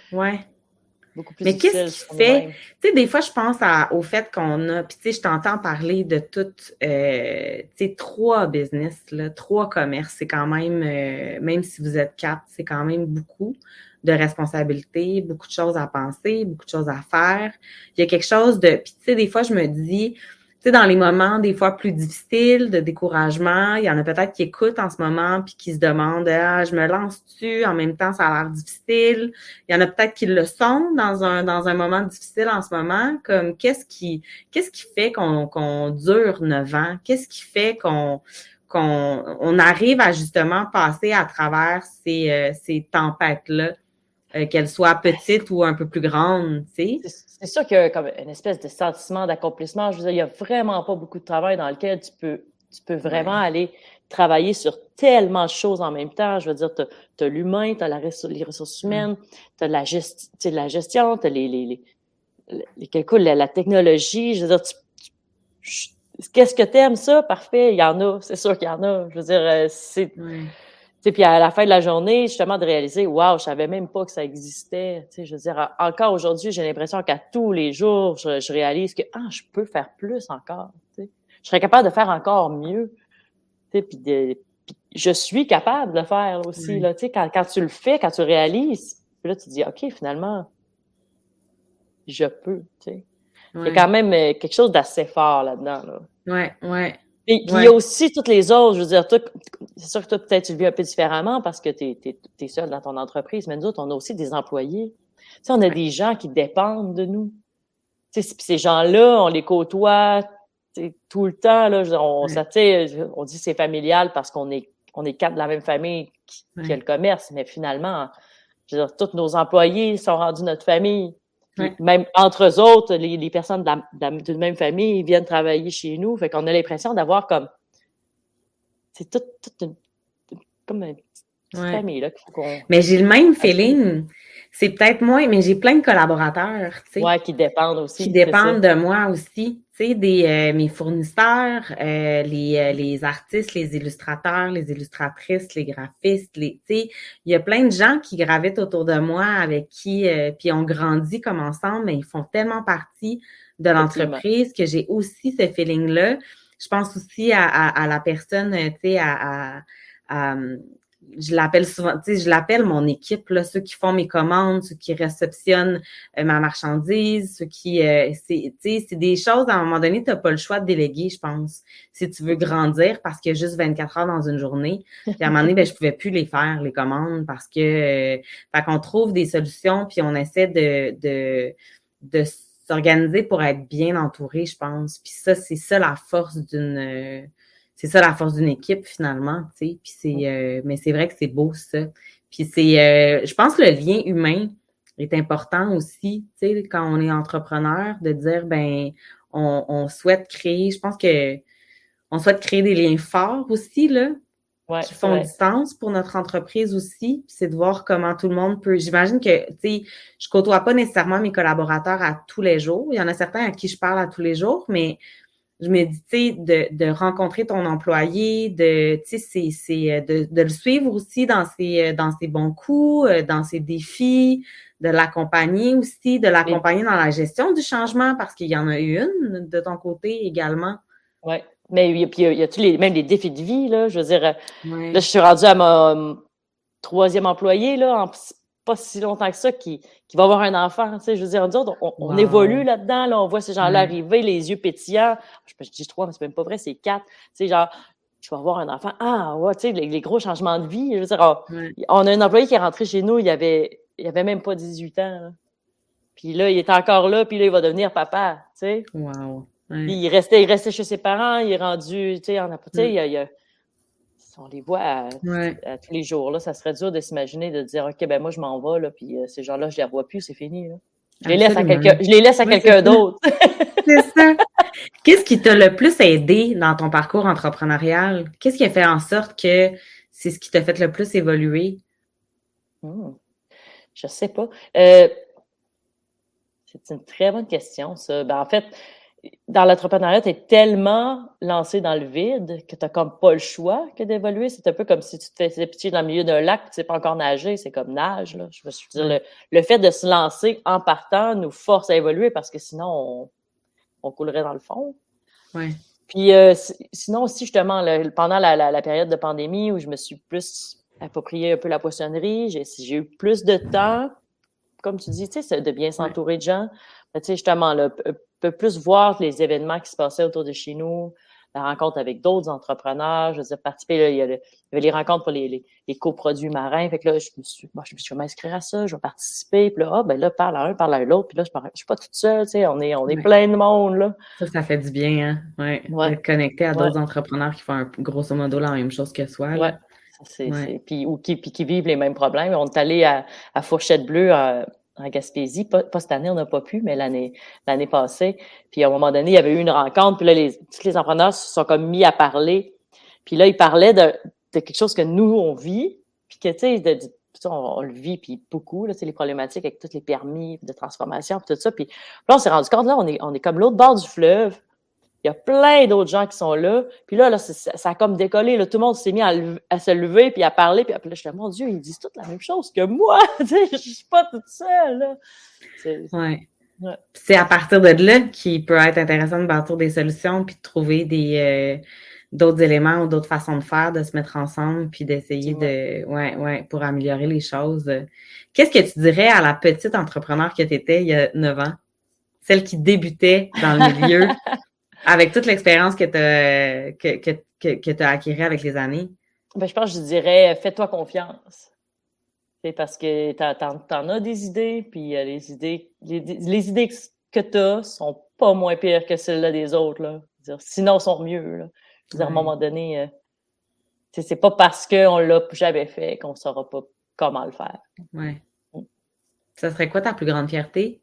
beaucoup plus mais qu'est-ce qui fait... Tu sais, des fois, je pense au fait qu'on a... Puis, tu sais, je t'entends parler de toutes... tu sais, 3 business, là, 3 commerces. C'est quand même... même si vous êtes 4, c'est quand même beaucoup de responsabilités, beaucoup de choses à penser, beaucoup de choses à faire. Il y a quelque chose de... Puis, tu sais, des fois, je me dis... Tu sais, dans les moments, des fois, plus difficiles, de découragement, il y en a peut-être qui écoutent en ce moment puis qui se demandent « Ah, je me lance-tu? En même temps, ça a l'air difficile. » Il y en a peut-être qui le sont dans un moment difficile en ce moment. Comme, qu'est-ce qui fait qu'on dure 9 ans? Qu'est-ce qui fait qu'on arrive à justement passer à travers ces tempêtes-là, qu'elles soient petites ou un peu plus grandes, tu sais? C'est sûr qu'il y a comme une espèce de sentiment d'accomplissement. Je veux dire, il n'y a vraiment pas beaucoup de travail dans lequel tu peux vraiment aller travailler sur tellement de choses en même temps. Je veux dire, tu as l'humain, tu as les ressources humaines, tu as la gestion, tu as les calculs, la technologie. Je veux dire, qu'est-ce que tu aimes ça? Parfait, il y en a. C'est sûr qu'il y en a. Je veux dire, sais, puis à la fin de la journée, justement, de réaliser, waouh, je savais même pas que ça existait. Tu sais, je veux dire, encore aujourd'hui, j'ai l'impression qu'à tous les jours, je réalise que, je peux faire plus encore. Tu sais, je serais capable de faire encore mieux. Tu sais, puis je suis capable de le faire aussi. Là, tu sais, quand tu le fais, quand tu réalises, puis là, tu te dis, OK, finalement, je peux. Tu sais. Il y a quand même quelque chose d'assez fort là-dedans. Là. Ouais. Puis il y a aussi toutes les autres, je veux dire, c'est sûr que toi, peut-être, tu le vis un peu différemment parce que tu es seul dans ton entreprise, mais nous autres, on a aussi des employés. Tu sais, on a des gens qui dépendent de nous. Tu sais, ces gens-là, on les côtoie tout le temps. Là, on dit c'est familial parce qu'on est quatre de la même famille qui a le commerce, mais finalement, je veux dire, tous nos employés sont rendus notre famille. Même entre eux autres, les personnes d'une même famille viennent travailler chez nous. Fait qu'on a l'impression d'avoir comme... C'est comme une petite famille, là, qu'il faut qu'on... Mais j'ai le même feeling. C'est peut-être moins, mais j'ai plein de collaborateurs, tu sais. Ouais, qui dépendent aussi. Qui dépendent de moi aussi. Tu sais, mes fournisseurs, les artistes, les illustrateurs, les illustratrices, les graphistes, tu sais, il y a plein de gens qui gravitent autour de moi avec qui, puis on grandit comme ensemble, mais ils font tellement partie de l'entreprise que j'ai aussi ce feeling-là. Je pense aussi à la personne, tu sais, je l'appelle souvent, tu sais, je l'appelle mon équipe, là, ceux qui font mes commandes, ceux qui réceptionnent ma marchandise, ceux qui, tu sais, c'est des choses, à un moment donné, tu n'as pas le choix de déléguer, je pense, si tu veux grandir, parce qu'il y a juste 24 heures dans une journée. Puis à un moment donné, ben, je pouvais plus les faire, les commandes, parce que, fait qu'on trouve des solutions, puis on essaie de s'organiser pour être bien entouré, je pense. Puis ça, c'est ça la force c'est ça la force d'une équipe finalement, tu sais. Puis mais c'est vrai que c'est beau ça. Puis je pense que le lien humain est important aussi, tu sais, quand on est entrepreneur, de dire ben on souhaite créer. Je pense que on souhaite créer des liens forts aussi là, qui font du sens pour notre entreprise aussi. Puis c'est de voir comment tout le monde peut. J'imagine que tu sais, je côtoie pas nécessairement mes collaborateurs à tous les jours. Il y en a certains à qui je parle à tous les jours, mais je me dis, tu sais, de rencontrer ton employé, tu sais, c'est de le suivre aussi dans ses bons coups, dans ses défis, de l'accompagner aussi, de l'accompagner dans la gestion du changement, parce qu'il y en a eu une de ton côté également. Oui, mais il y a même les défis de vie, là, je veux dire, là, je suis rendue à mon 3e employé, là, pas si longtemps que ça, qui va avoir un enfant, tu sais, je veux dire, on évolue là-dedans, là, on voit ces gens-là arriver, les yeux pétillants, je dis 3, mais c'est même pas vrai, c'est 4, tu sais, genre, je vais avoir un enfant, tu sais, les gros changements de vie, je veux dire, on a un employé qui est rentré chez nous, il avait même pas 18 ans, là. Puis là, il est encore là, puis là, il va devenir papa, tu sais. Wow. Puis il restait chez ses parents, il est rendu, tu sais, on les voit à tous les jours. Là, ça serait dur de s'imaginer, de dire, OK, ben moi, je m'en vais, là, puis ces gens-là, je les revois plus, c'est fini. Là. Je les laisse à quelqu'un d'autre. C'est ça. Qu'est-ce qui t'a le plus aidé dans ton parcours entrepreneurial? Qu'est-ce qui a fait en sorte que c'est ce qui t'a fait le plus évoluer? Je sais pas. C'est une très bonne question, ça. Ben, en fait, dans l'entrepreneuriat, tu es tellement lancé dans le vide que tu n'as comme pas le choix que d'évoluer. C'est un peu comme si tu te faisais pitcher dans le milieu d'un lac, tu ne sais pas encore nager, c'est comme nage. Là. Je veux dire, le fait de se lancer en partant nous force à évoluer parce que sinon, on coulerait dans le fond. Ouais. Puis sinon aussi, justement, pendant la période de pandémie où je me suis plus approprié un peu la poissonnerie, j'ai eu plus de temps, comme tu dis, tu sais, de bien s'entourer de gens. Tu sais, justement, là, peut plus voir les événements qui se passaient autour de chez nous, la rencontre avec d'autres entrepreneurs. Je veux dire, participer, là, il y avait les rencontres pour les coproduits marins. Fait que là, je me suis dit, je vais m'inscrire à ça, je vais participer. Puis là, là, parle à un, parle à l'autre. Puis là, je suis pas toute seule, tu sais, on est plein de monde, là. Ça fait du bien, hein? Ouais. D'être connecté à d'autres entrepreneurs qui font grosso modo la même chose que soi, là. Puis qui vivent les mêmes problèmes. On est allé à Fourchette Bleue en Gaspésie. Pas cette année, on n'a pas pu, mais l'année passée. Puis à un moment donné, il y avait eu une rencontre. Puis là, tous les entrepreneurs se sont comme mis à parler. Puis là, ils parlaient de quelque chose que nous, on vit. Puis que, tu sais, on le vit, puis beaucoup, là, les problématiques avec tous les permis de transformation, puis tout ça. Puis là, on s'est rendu compte, là, on est comme l'autre bord du fleuve. Il y a plein d'autres gens qui sont là. Puis là ça a comme décollé. Là, tout le monde s'est mis à se lever puis à parler. Puis là, je suis là, mon Dieu, ils disent toutes la même chose que moi. Je suis pas toute seule. Là. Ouais. C'est à partir de là qu'il peut être intéressant de bâtir des solutions puis de trouver d'autres éléments ou d'autres façons de faire, de se mettre ensemble puis d'essayer pour améliorer les choses. Qu'est-ce que tu dirais à la petite entrepreneur que tu étais il y a 9 ans? Celle qui débutait dans le milieu avec toute l'expérience que tu as acquis avec les années? Ben, je pense que je dirais, fais-toi confiance. C'est parce que t'en as des idées, puis les idées que t'as sont pas moins pires que celles-là des autres, là. Sinon, sont mieux, là. À un moment donné, c'est pas parce qu'on l'a jamais fait qu'on saura pas comment le faire. Ouais. Ça serait quoi ta plus grande fierté?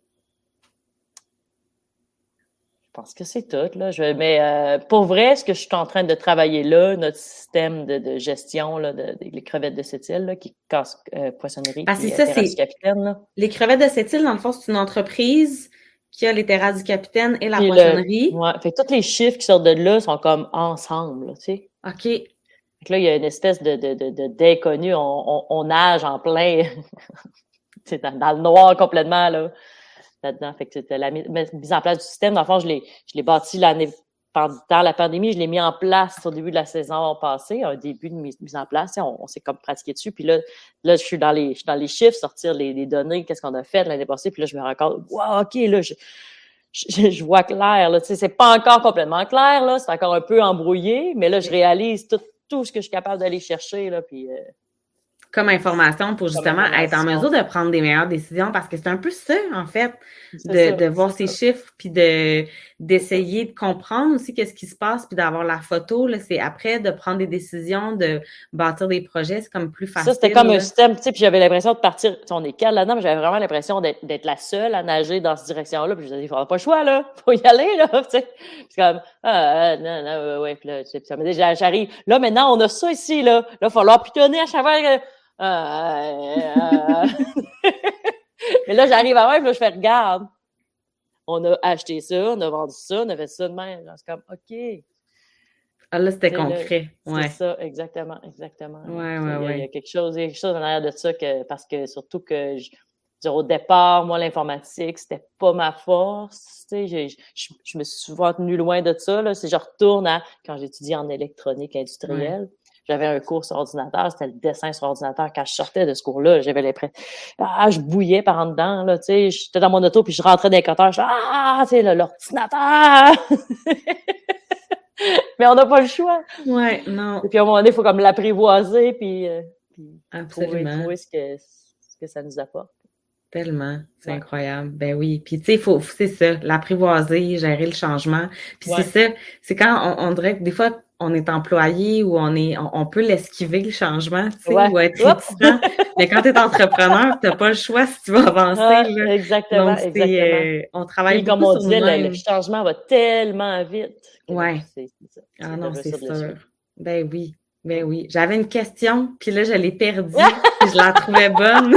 Je pense que c'est tout, là. Mais pour vrai, ce que je suis en train de travailler là, notre système de gestion là, des crevettes de Sept-Îles, là, qui casse poissonnerie, c'est ça, Terrasse du Capitaine. Là. Les crevettes de Sept-Îles, dans le fond, c'est une entreprise qui a les Terrasses du Capitaine et la poissonnerie. Ouais, fait que tous les chiffres qui sortent de là sont comme ensemble, tu sais. OK. Fait que là, il y a une espèce d'inconnu. On nage en plein, dans le noir complètement, là-dedans. Fait que c'était la mise en place du système. Dans le fond, je l'ai bâti pendant la pandémie, je l'ai mis en place au début de la saison passée, un début de mise en place. On s'est comme pratiqué dessus. Puis là, je suis dans les chiffres, sortir les données, qu'est-ce qu'on a fait l'année passée. Puis là, je me rends compte, wow, OK, là, je vois clair. Là, tu sais, c'est pas encore complètement clair, là, c'est encore un peu embrouillé, mais là, je réalise tout ce que je suis capable d'aller chercher. Là, puis, comme information pour justement être en mesure de prendre des meilleures décisions parce que c'est un peu ça, en fait, de voir ces chiffres puis d'essayer de comprendre aussi qu'est-ce qui se passe puis d'avoir la photo, là, c'est après de prendre des décisions, de bâtir des projets, c'est comme plus facile. Ça, c'était comme un système, tu sais, puis j'avais l'impression de partir, on est calme là-dedans, mais j'avais vraiment l'impression d'être la seule à nager dans cette direction-là, puis je me disais, il faudra pas le choix, là, faut y aller, là, tu sais. C'est comme, non, ouais, puis là, ça me dit, j'arrive, là, maintenant, on a ça ici, là, il va falloir pitonner à chaque fois que, mais là, j'arrive à voir, puis là, je fais, regarde, on a acheté ça, on a vendu ça, on a fait ça de même. C'est comme, OK. Ah, là, c'était concret. C'est ça, exactement. Ouais. Il y a quelque chose en arrière de ça, parce que surtout que, au départ, moi, l'informatique, c'était pas ma force. Tu sais, je me suis souvent tenue loin de ça. Là. Si je retourne quand j'étudiais en électronique industrielle, j'avais un cours sur ordinateur, c'était le dessin sur ordinateur. Quand je sortais de ce cours-là, j'avais l'impression, je bouillais par en dedans, là, tu sais, j'étais dans mon auto, puis je rentrais dans les coteurs, tu sais, l'ordinateur! Mais on n'a pas le choix. Ouais, non. Et puis, à un moment donné, il faut comme l'apprivoiser, puis trouver ce que ça nous apporte. Tellement, c'est incroyable. Ben oui, puis tu sais, c'est ça, l'apprivoiser, gérer le changement. Puis c'est ça, c'est quand on dirait que des fois, on est employé ou on peut l'esquiver le changement, tu sais, ou être réticent. Mais quand tu es entrepreneur, tu n'as pas le choix si tu veux avancer. Là. Exactement, donc, exactement. On travaille beaucoup comme on disait, le changement va tellement vite. Ouais. Ah non, c'est sûr. Ben oui. J'avais une question, puis là, je l'ai perdue, puis je la trouvais bonne.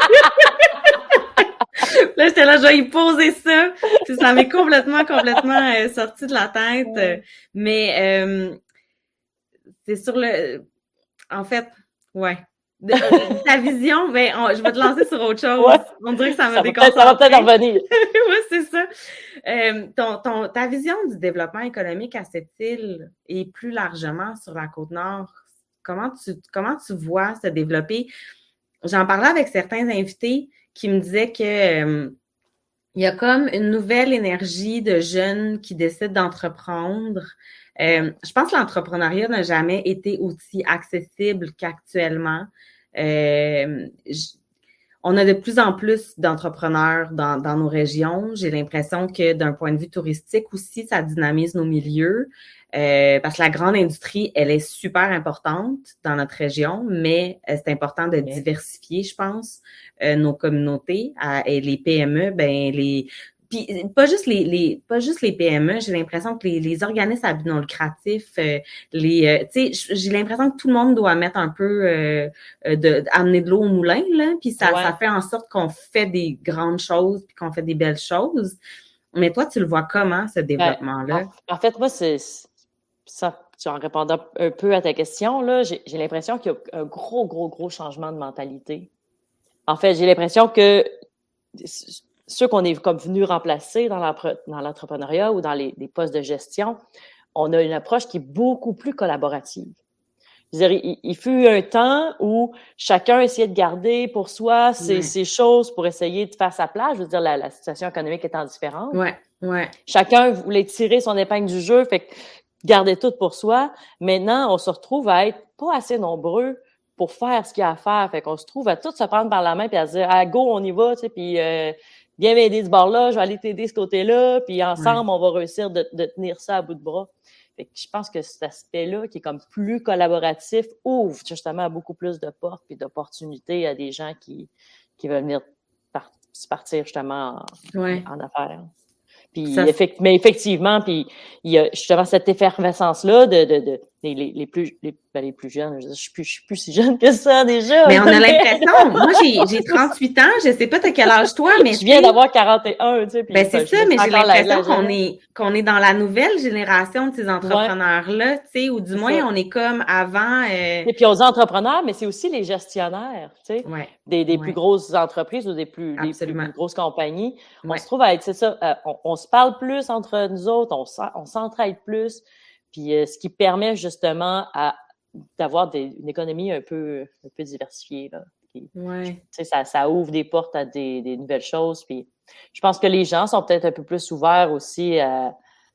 Là, j'étais là, je vais y poser ça. Puis ça m'est complètement sorti de la tête. Mais c'est sur en fait, ta vision, je vais te lancer sur autre chose. Ouais. On dirait que ça m'a déconcentré. Ça va peut-être revenir. Oui, c'est ça. Ta vision du développement économique à Sept-Îles et plus largement sur la Côte-Nord, comment tu vois se développer? J'en parlais avec certains invités qui me disaient que il y a comme une nouvelle énergie de jeunes qui décident d'entreprendre. Je pense que l'entrepreneuriat n'a jamais été aussi accessible qu'actuellement. On a de plus en plus d'entrepreneurs dans nos régions. J'ai l'impression que d'un point de vue touristique aussi, ça dynamise nos milieux. Parce que la grande industrie, elle est super importante dans notre région, mais c'est important de diversifier, je pense, nos communautés. Et les PME, puis pas juste les PME, j'ai l'impression que les organismes à but non lucratif, tu sais, j'ai l'impression que tout le monde doit mettre un peu amener de l'eau au moulin, là, puis ça fait en sorte qu'on fait des grandes choses puis qu'on fait des belles choses. Mais toi, tu le vois comment, ce développement-là? En fait, moi, c'est ça, en répondant un peu à ta question, là, j'ai l'impression qu'il y a un gros changement de mentalité. En fait, j'ai l'impression que ceux qu'on est comme venus remplacer dans l'entrepreneuriat ou dans les postes de gestion, on a une approche qui est beaucoup plus collaborative. Je veux dire, il fut un temps où chacun essayait de garder pour soi ses choses pour essayer de faire sa place. Je veux dire, la situation économique étant différente. Ouais. Chacun voulait tirer son épingle du jeu, fait que garder tout pour soi. Maintenant, on se retrouve à être pas assez nombreux pour faire ce qu'il y a à faire. Fait qu'on se trouve à tous se prendre par la main puis à se dire, ah, go, on y va, tu sais, puis viens m'aider de ce bord-là, je vais aller t'aider de ce côté-là, puis ensemble, on va réussir de tenir ça à bout de bras. Fait que je pense que cet aspect-là, qui est comme plus collaboratif, ouvre justement beaucoup plus de portes et d'opportunités à des gens qui veulent venir partir justement en affaires. Puis mais effectivement, puis il y a justement cette effervescence-là les plus jeunes. Je suis plus si jeune que ça déjà. Mais on a l'impression, moi j'ai 38 ans, je sais pas t'as quel âge toi, mais je viens d'avoir 41, tu sais. Ben c'est ça, mais j'ai l'impression qu'on est dans la nouvelle génération de ces entrepreneurs-là, tu sais, ou du moins on est comme avant. Et puis aux entrepreneurs, mais c'est aussi les gestionnaires, tu sais, des plus grosses entreprises ou des plus grosses compagnies. On se trouve à être, c'est ça, on se parle plus entre nous autres, on s'entraide plus. Puis ce qui permet justement d'avoir une économie un peu diversifiée. Là. Puis, ça ouvre des portes à des nouvelles choses. Puis je pense que les gens sont peut-être un peu plus ouverts aussi à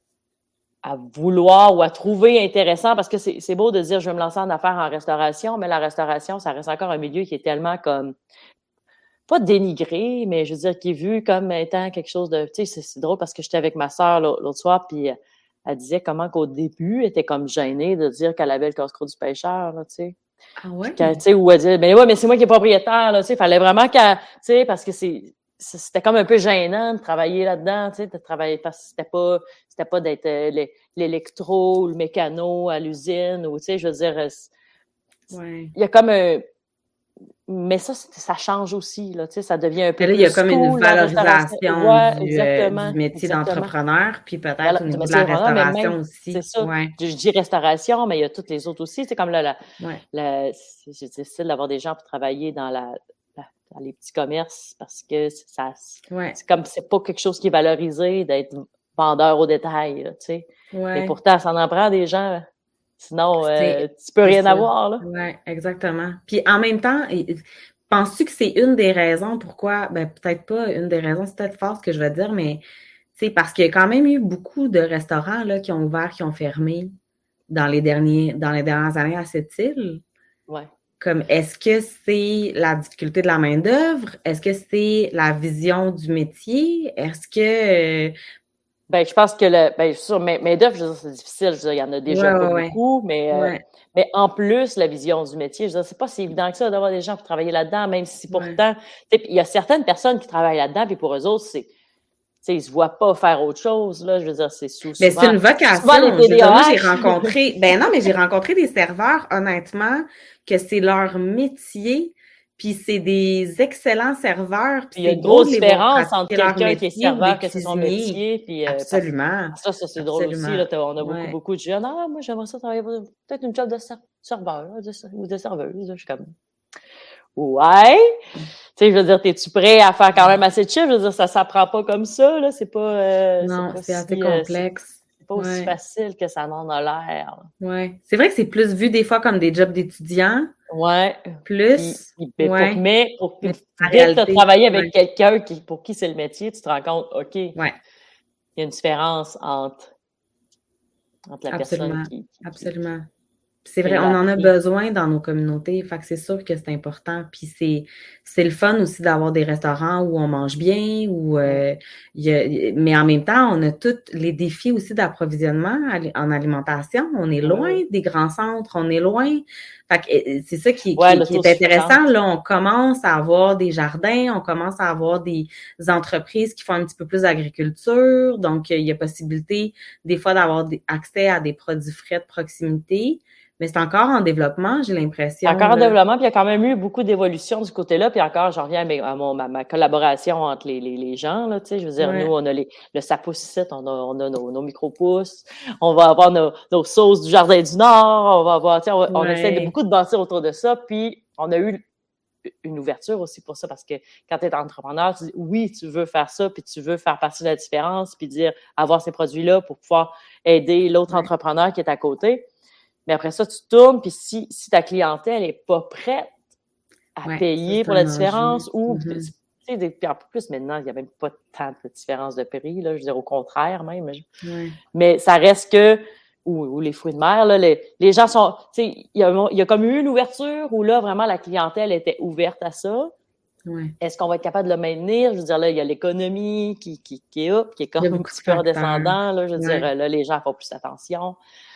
vouloir ou à trouver intéressant, parce que c'est beau de dire je vais me lancer en affaires en restauration, mais la restauration, ça reste encore un milieu qui est tellement comme pas dénigré, mais je veux dire qui est vu comme étant quelque chose de, tu sais, c'est drôle parce que j'étais avec ma sœur l'autre soir, puis elle disait comment qu'au début, elle était comme gênée de dire qu'elle avait le casse-croûte du pêcheur, là, tu sais. Ah ouais? Tu sais, où elle disait, mais c'est moi qui est propriétaire, là, tu sais, fallait vraiment qu'elle, tu sais, parce que c'était comme un peu gênant de travailler là-dedans, tu sais, de travailler, parce que c'était pas d'être l'électro ou le mécano à l'usine, ou, tu sais, je veux dire, il y a comme mais ça change aussi, là, tu sais, ça devient un peu plus il y a comme cool, une valorisation du métier d'entrepreneur, puis peut-être au niveau de la restauration aussi. C'est ça. Je dis restauration, mais il y a toutes les autres aussi. C'est comme c'est difficile d'avoir des gens pour travailler dans les petits commerces parce que c'est comme c'est pas quelque chose qui est valorisé d'être vendeur au détail, tu sais. Mais pourtant, ça en prend des gens. Sinon, tu peux rien avoir, là. Oui, exactement. Puis en même temps, penses-tu que c'est une des raisons pourquoi, peut-être pas une des raisons, c'est peut-être fort ce que je veux dire, mais parce qu'il y a quand même eu beaucoup de restaurants là, qui ont ouvert, qui ont fermé dans les dernières années à cette île. Ouais. Comme, est-ce que c'est la difficulté de la main-d'œuvre? Est-ce que c'est la vision du métier? Est-ce que je pense que sur main-d'œuvre, je veux dire, c'est difficile. Je veux dire, il y en a déjà pas beaucoup, mais en plus, la vision du métier, je veux dire, c'est pas si évident que ça d'avoir des gens pour travailler là-dedans, même si pourtant, il y a certaines personnes qui travaillent là-dedans, puis pour eux autres, ils se voient pas faire autre chose, là. Je veux dire, c'est souvent. Mais c'est une vocation. Moi, j'ai rencontré, j'ai rencontré des serveurs, honnêtement, que c'est leur métier. Puis c'est des excellents serveurs. Puis il y a une grosse différence entre quelqu'un qui est serveur, que c'est son métier. Puis, absolument. Ça, c'est drôle aussi. Là, on a beaucoup de gens. Non, moi, j'aimerais ça travailler peut-être une job de serveur ou de serveuse. Je suis comme, ouais. Tu sais, je veux dire, t'es-tu prêt à faire quand même assez de chiffres? Je veux dire, ça s'apprend pas comme ça. Là. C'est pas. Non, c'est assez complexe. C'est pas aussi facile que ça en a l'air. Oui. C'est vrai que c'est plus vu des fois comme des jobs d'étudiants. Ouais. Plus. Mais pour dès que tu as travaillé avec quelqu'un pour qui c'est le métier, tu te rends compte, OK, il y a une différence entre la personne qui. Absolument. C'est vrai, on en a besoin dans nos communautés, fait que c'est sûr que c'est important. Puis c'est le fun aussi d'avoir des restaurants où on mange bien, mais en même temps, on a tous les défis aussi d'approvisionnement en alimentation. On est loin des grands centres, on est loin. Fait que c'est ça qui est intéressant. Là, on commence à avoir des jardins, on commence à avoir des entreprises qui font un petit peu plus d'agriculture. Donc, il y a possibilité des fois d'avoir accès à des produits frais de proximité. Mais c'est encore en développement, j'ai C'est l'impression. encore en Là. développement, puis il y a quand même eu beaucoup d'évolution du côté-là. Puis encore, j'en reviens à ma collaboration entre les gens. Là, je veux dire, nous, on a le sapoucite, on a nos micro-pousses, on va avoir nos sauces du Jardin du Nord, on va avoir, on essaie de beaucoup de bâtir autour de ça. Puis on a eu une ouverture aussi pour ça, parce que quand tu es entrepreneur, tu dis oui, tu veux faire ça, puis tu veux faire partie de la différence, puis dire avoir ces produits-là pour pouvoir aider l'autre entrepreneur qui est à côté. Mais après ça, tu tournes, puis si ta clientèle n'est pas prête à payer pour la différence, ou puis en plus, maintenant, il n'y a même pas tant de différence de prix, là, je veux dire au contraire même. Mais ça reste que, ou les fruits de mer, là, les gens sont, il y a comme eu une ouverture où là, vraiment, la clientèle était ouverte à ça. Est-ce qu'on va être capable de le maintenir? Je veux dire, là, il y a l'économie qui est comme un petit peu redescendant, là, je veux dire, là, les gens font plus attention.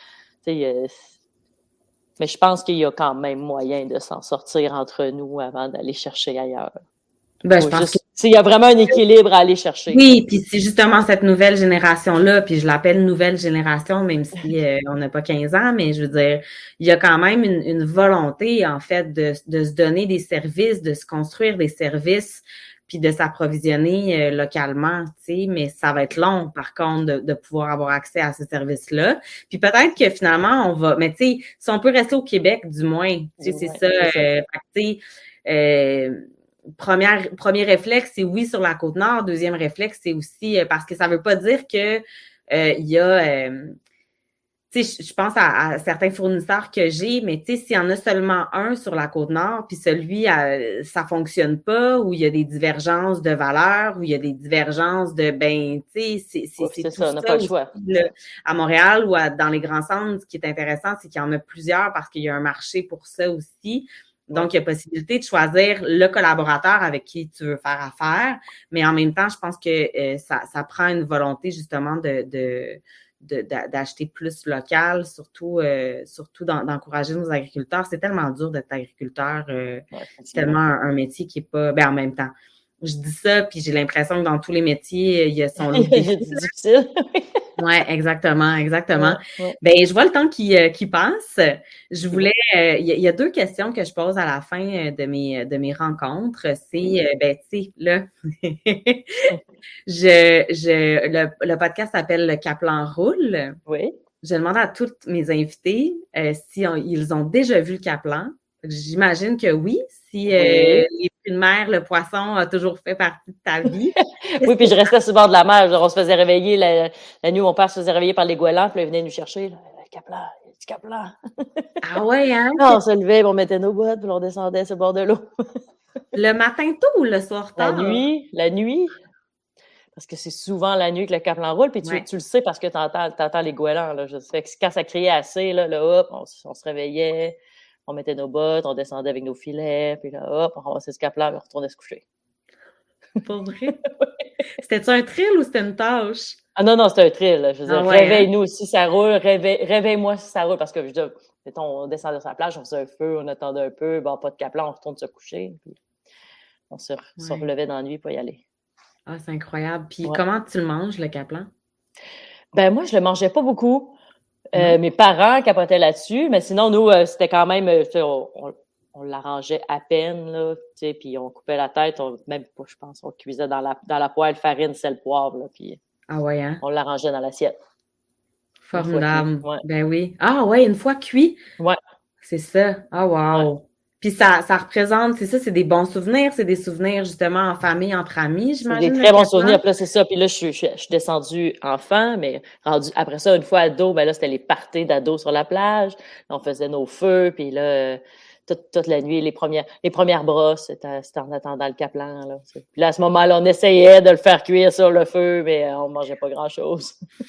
Mais je pense qu'il y a quand même moyen de s'en sortir entre nous avant d'aller chercher ailleurs. Ben, je pense il y a vraiment un équilibre à aller chercher. Oui, puis c'est justement cette nouvelle génération-là, puis je l'appelle nouvelle génération, même si on n'a pas 15 ans, mais je veux dire, il y a quand même une volonté, en fait, de se donner des services, de se construire des services, puis de s'approvisionner localement, tu sais, mais ça va être long, par contre, de pouvoir avoir accès à ces services-là. Puis peut-être que finalement, on va, mais tu sais, si on peut rester au Québec, du moins, tu sais, c'est ça, tu sais, premier réflexe, c'est oui sur la Côte-Nord. Deuxième réflexe, c'est aussi parce que ça veut pas dire que il y a tu sais, je pense à certains fournisseurs que j'ai, mais tu sais, s'il y en a seulement un sur la Côte-Nord, puis celui, ça fonctionne pas, ou il y a des divergences de valeurs, ou il y a des divergences de, tu sais, c'est tout ça, on n'a pas le choix. Là, à Montréal ou dans les grands centres, ce qui est intéressant, c'est qu'il y en a plusieurs parce qu'il y a un marché pour ça aussi. Donc, il y a possibilité de choisir le collaborateur avec qui tu veux faire affaire, mais en même temps, je pense que ça prend une volonté justement d'acheter plus local, surtout d'encourager nos agriculteurs. C'est tellement dur d'être agriculteur. C'est tellement un métier qui est pas... Ben, en même temps, je dis ça, puis j'ai l'impression que dans tous les métiers, il y a son lot de défis. C'est difficile. Oui, exactement. Ben, je vois le temps qui passe. Je voulais, il y a deux questions que je pose à la fin de mes rencontres. C'est, ben, tu sais, là, le podcast s'appelle Le Caplan Roule. Oui. Je demande à toutes mes invités si ils ont déjà vu le Caplan. J'imagine que oui. Si les fruits de mer, le poisson a toujours fait partie de ta vie. Oui, puis je restais sur le bord de la mer. On se faisait réveiller la nuit, mon père se faisait réveiller par les goélands, puis là, il venait nous chercher. Là, le Caplan, il y a du Caplan. Ah ouais, hein? Là, on se levait, puis on mettait nos bottes, puis on descendait sur le bord de l'eau. Le matin tôt ou le soir tard? La nuit. Parce que c'est souvent la nuit que le Caplan roule, puis tu le sais parce que tu entends les goélands. Là. Fait que quand ça criait assez, là, hop, on se réveillait, on mettait nos bottes, on descendait avec nos filets, puis là, hop, on ramassait ce Caplan, puis on retournait se coucher. Pour vrai? C'était-tu un thrill ou c'était une tâche? Ah non, c'était un thrill. Là. Je veux dire, réveille-nous si ça roule, réveille-moi si ça roule, parce que je veux dire, mettons, on descendait sur la plage, on faisait un feu, on attendait un peu, bon, pas de Caplan, on retourne se coucher, puis on se relevait dans la nuit pour y aller. Ah, c'est incroyable. Puis comment tu le manges, le Caplan? Ben moi, je le mangeais pas beaucoup. Mes parents capotaient là-dessus, mais sinon, nous, c'était quand même, on l'arrangeait à peine, là, tu sais, puis on coupait la tête, même pas, je pense, on cuisait dans la poêle, farine, sel, poivre, là, puis on l'arrangeait dans l'assiette. Formidable. Ben oui. Ah ouais, une fois cuit? Ouais. C'est ça. Ah wow. Ouais. Puis ça représente, c'est ça, c'est des bons souvenirs, c'est des souvenirs justement en famille, entre amis, j'imagine. C'est des très bons souvenirs, puis là, c'est ça. Puis là, je suis descendue enfant, mais après ça, une fois ado, ben là, c'était les parties d'ados sur la plage. On faisait nos feux, puis là, toute la nuit, les premières brosses, c'était en attendant le Caplan. Là. Puis là, à ce moment-là, on essayait de le faire cuire sur le feu, mais on mangeait pas grand-chose.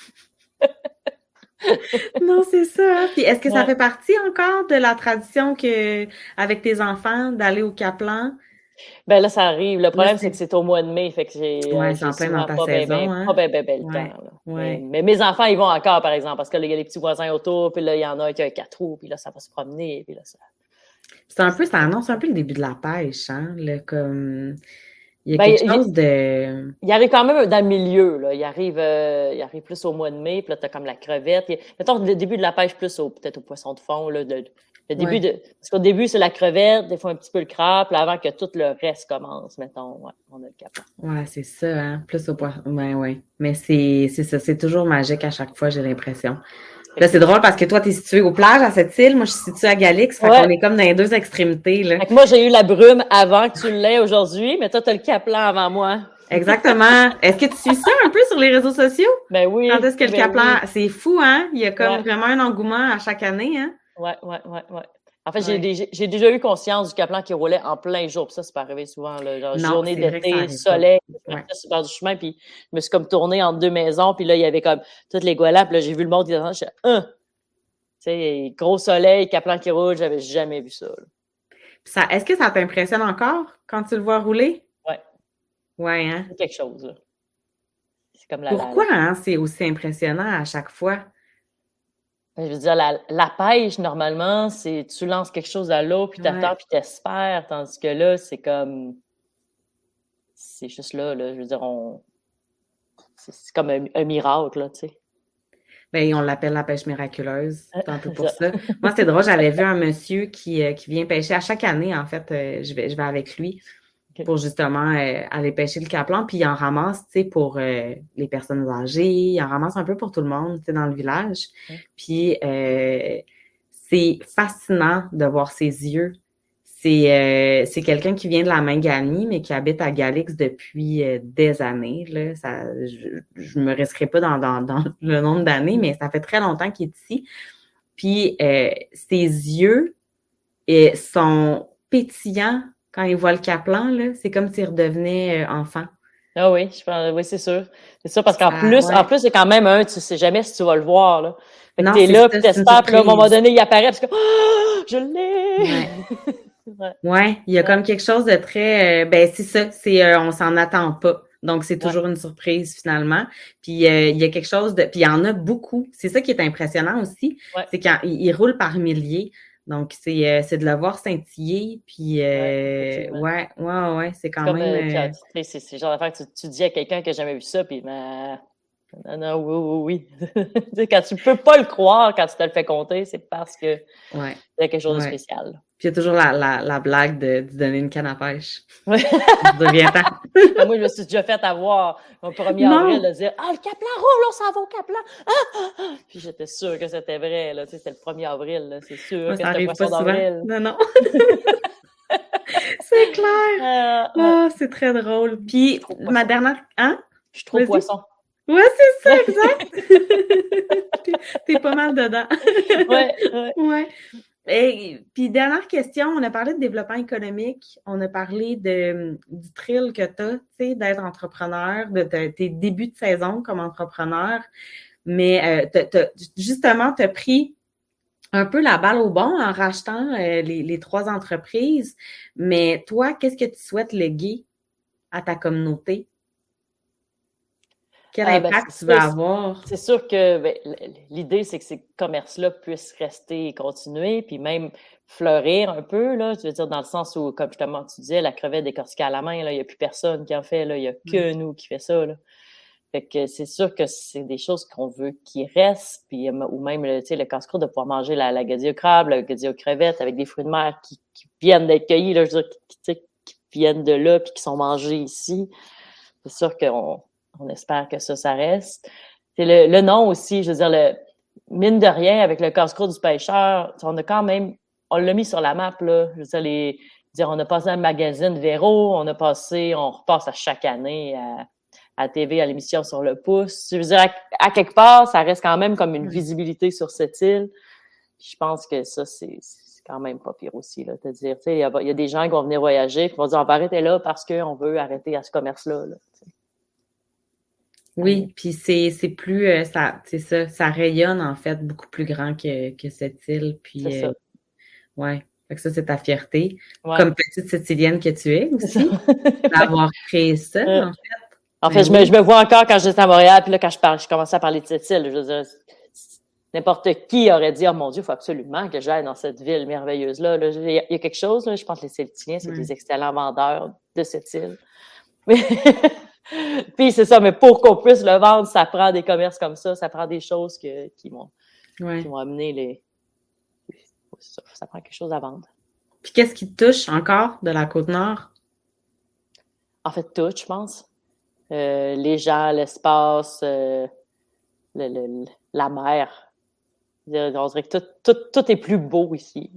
Non, c'est ça. Puis est-ce que ça fait partie encore de la tradition avec tes enfants d'aller au Caplan? Ben là, ça arrive. Le problème, c'est que c'est au mois de mai, fait que j'ai c'est en plein dans ta saison, hein? Pas le temps. Là. Mais mes enfants, ils vont encore, par exemple, parce que là, il y a les petits voisins autour, puis là, il y en a qui a un 4 roues, puis là, ça va se promener, puis là, ça annonce un peu le début de la pêche, hein? Il y a quelque chose de... Il arrive quand même dans le milieu, là. Il arrive plus au mois de mai, puis là, t'as comme la crevette. Mettons, le début de la pêche plus peut-être au poisson de fond, là. Le début parce qu'au début, c'est la crevette, des fois un petit peu le crabe, puis avant que tout le reste commence, mettons, on a le caplan. Ouais, c'est ça, hein. Plus au poisson. Ouais. Mais c'est ça, c'est toujours magique à chaque fois, j'ai l'impression. Là, c'est drôle parce que toi, t'es situé aux plages à cette île. Moi, je suis située à Galix. Fait qu'on est comme dans les deux extrémités, là. Fait que moi, j'ai eu la brume avant que tu l'aies aujourd'hui, mais toi, t'as le caplan avant moi. Exactement. Est-ce que tu suis ça un peu sur les réseaux sociaux? Ben oui. Quand est-ce que le caplan... Oui. C'est fou, hein? Il y a comme vraiment un engouement à chaque année, hein? Ouais. En fait, j'ai déjà eu conscience du caplan qui roulait en plein jour. Puis ça, c'est pas arrivé souvent, là. Genre, journée d'été, soleil, sur le bord du chemin. Puis je me suis comme tournée entre deux maisons. Puis là, il y avait comme toutes les goélands. Puis là, j'ai vu le monde qui était je tu sais, gros soleil, caplan qui roule. J'avais jamais vu ça, là. Est-ce que ça t'impressionne encore quand tu le vois rouler? Ouais. Ouais, hein? C'est quelque chose, là. C'est comme Pourquoi, hein, c'est aussi impressionnant à chaque fois? Je veux dire, la pêche, normalement, c'est tu lances quelque chose à l'eau, puis t'attends, puis t'espères, tandis que là, c'est comme... C'est juste là, je veux dire, c'est comme un miracle, là, tu sais. Ben, on l'appelle la pêche miraculeuse, c'est un peu pour ça. Moi, c'est drôle, j'avais vu un monsieur qui vient pêcher à chaque année, en fait, je vais avec lui pour justement aller pêcher le caplan, puis il en ramasse, tu sais, pour les personnes âgées, il en ramasse un peu pour tout le monde, tu sais, dans le village. Puis c'est fascinant de voir ses yeux. C'est quelqu'un qui vient de la Mingani, mais qui habite à Galix depuis des années. Là. Je me risquerai pas dans le nombre d'années, mais ça fait très longtemps qu'il est ici. Puis ses yeux sont pétillants quand il voit le caplan. Là. C'est comme s'il redevenait enfant. Ah oui, oui, c'est sûr. C'est sûr, parce qu'en plus, c'est quand même tu sais jamais si tu vas le voir, là. Fait que t'es là, puis t'espères, puis à un moment donné, il apparaît, puis c'est comme, je l'ai! Ouais, il y a comme quelque chose de très... c'est ça, on s'en attend pas. Donc, c'est toujours une surprise, finalement. Puis, il y a quelque chose de... Puis, il y en a beaucoup. C'est ça qui est impressionnant aussi. C'est qu'il roule par milliers. Donc, c'est de le voir scintiller. Puis, c'est quand même... C'est le genre d'affaire que tu dis à quelqu'un qui n'a jamais vu ça, puis... Non, oui. Quand tu peux pas le croire quand tu te le fais compter, c'est parce que il y a quelque chose de spécial. Puis il y a toujours la blague de donner une canne à pêche. Oui. Moi, je me suis déjà fait avoir mon 1er avril de dire « Ah, le caplan roule, on s'en va au caplan! » Puis j'étais sûre que c'était vrai. Là. C'était le 1er avril. Là. C'est sûr que c'était le poisson d'avril. Non. C'est clair. C'est très drôle. Puis ma dernière... Hein? Je suis trop poisson. Ouais, c'est ça, exact. T'es pas mal dedans. Ouais. Et puis, dernière question, on a parlé de développement économique, on a parlé du thrill que tu as, tu sais, d'être entrepreneur, de tes débuts de saison comme entrepreneur, mais justement, tu as pris un peu la balle au bon en rachetant les 3 entreprises, mais toi, qu'est-ce que tu souhaites léguer à ta communauté? Quel impact tu vas avoir? C'est sûr que l'idée, c'est que ces commerces-là puissent rester et continuer, puis même fleurir un peu, là. Je veux dire, dans le sens où, comme justement tu disais, la crevette décortiquée à la main, là, il n'y a plus personne qui en fait, là. Il n'y a que nous qui fait ça, là. Fait que c'est sûr que c'est des choses qu'on veut qui restent, puis ou même, tu sais, le casse-croûte de pouvoir manger la gadie au crabe, la gadie aux crevettes avec des fruits de mer qui viennent d'être cueillis, là, je veux dire, qui viennent de là puis qui sont mangés ici. C'est sûr qu'on espère que ça reste. C'est le nom aussi, je veux dire, mine de rien, avec le casse-croûte du pêcheur, on a quand même, on l'a mis sur la map, là. Je veux dire, on a passé un magazine Véro, on repasse à chaque année à TV, à l'émission sur le pouce. Je veux dire, à quelque part, ça reste quand même comme une visibilité sur cette île. Je pense que ça, c'est quand même pas pire aussi, là. Te dire, tu sais, il y a des gens qui vont venir voyager, puis vont dire, on va arrêter là parce qu'on veut arrêter à ce commerce-là, là. Oui, puis c'est plus ça rayonne en fait beaucoup plus grand que cette île. Puis c'est ça. Fait que ça, c'est ta fierté. Comme petite Sicilienne que tu es aussi, d'avoir créé ça, en fait. En fait, je me vois encore quand j'étais à Montréal, puis là, quand je commençais à parler de cette île, je veux dire, n'importe qui aurait dit, oh mon Dieu, il faut absolument que j'aille dans cette ville merveilleuse-là. Là, il y a quelque chose, là, je pense que les Celtiniens, c'est des excellents vendeurs de cette île. Puis c'est ça, mais pour qu'on puisse le vendre, ça prend des commerces comme ça prend des choses qui vont amener ça prend quelque chose à vendre. Puis qu'est-ce qui te touche encore de la Côte-Nord? En fait, tout, je pense. Les gens, l'espace, la mer. On dirait que tout est plus beau ici.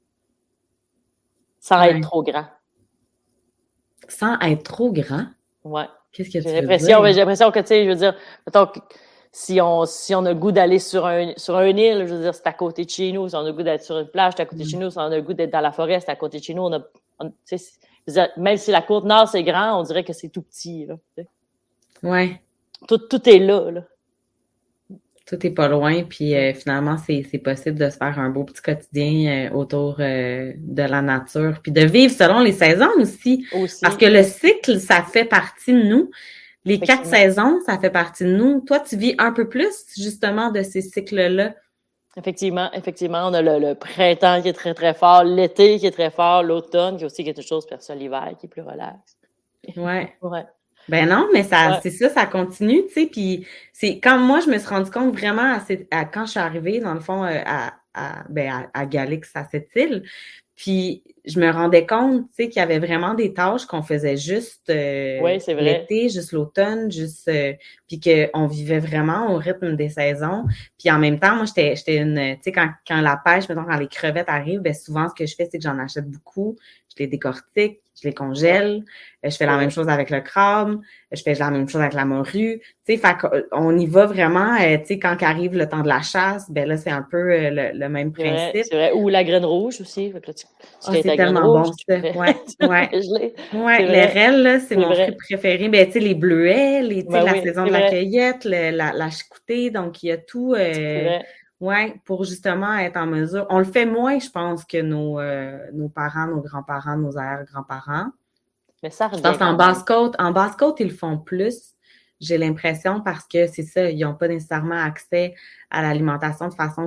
Sans être trop grand. Sans être trop grand? Ouais. Qu'est-ce que tu j'ai veux l'impression, dire? J'ai l'impression que, tu sais, je veux dire, mettons, si on a le goût d'aller sur une île, je veux dire, c'est à côté de chez nous. Si on a le goût d'être sur une plage, c'est à côté de chez nous. Si on a le goût d'être dans la forêt, c'est à côté de chez nous. Tu sais, même si la Côte-Nord, c'est grand, on dirait que c'est tout petit, là. Tu sais. Ouais. Tout est là. Tout est pas loin, puis finalement, c'est possible de se faire un beau petit quotidien autour de la nature, puis de vivre selon les saisons aussi. Parce que le cycle, ça fait partie de nous. Les 4 saisons, ça fait partie de nous. Toi, tu vis un peu plus, justement, de ces cycles-là. Effectivement, on a le printemps qui est très, très fort, l'été qui est très fort, l'automne qui est aussi quelque chose, puis ça, l'hiver qui est plus relax. Ouais. Ben non, mais c'est ça, ça continue, tu sais, puis c'est quand moi, je me suis rendu compte vraiment quand je suis arrivée, dans le fond, à Galix, à cette île, puis je me rendais compte, tu sais, qu'il y avait vraiment des tâches qu'on faisait juste l'été, juste l'automne, puis qu'on vivait vraiment au rythme des saisons. Puis en même temps, moi, j'étais une, tu sais, quand la pêche, mettons, quand les crevettes arrivent, ben souvent, ce que je fais, c'est que j'en achète beaucoup, je les décortique, je les congèle, je fais la même chose avec le crabe, je fais la même chose avec la morue, tu sais, fait qu'on y va vraiment, tu sais, quand arrive le temps de la chasse, ben là, c'est un peu le même principe. C'est vrai, ou la graine rouge aussi. Fait que là, c'est tellement bon, ça. Ouais, les rels, là, c'est mon fruit préféré. Ben, tu sais, les bleuets, la saison de la cueillette, la chicoutée, donc il y a tout. Ouais, pour justement être en mesure. On le fait moins, je pense, que nos parents, nos grands-parents, nos arrière-grands-parents. Mais ça revient. Je pense en Basse-Côte, ils le font plus. J'ai l'impression parce que c'est ça, ils n'ont pas nécessairement accès à l'alimentation de façon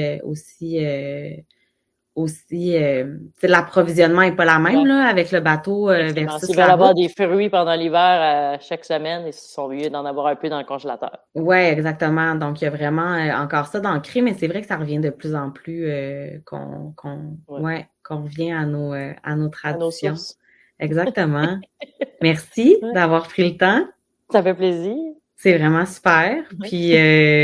l'approvisionnement n'est pas la même là, avec le bateau versus s'ils veulent avoir des fruits pendant l'hiver chaque semaine, ils sont obligés d'en avoir un peu dans le congélateur. Oui, exactement. Donc, il y a vraiment encore ça d'ancré, mais c'est vrai que ça revient de plus en plus qu'on revient à nos traditions. À nos sources. Exactement. Merci d'avoir pris le temps. Ça fait plaisir. C'est vraiment super. Puis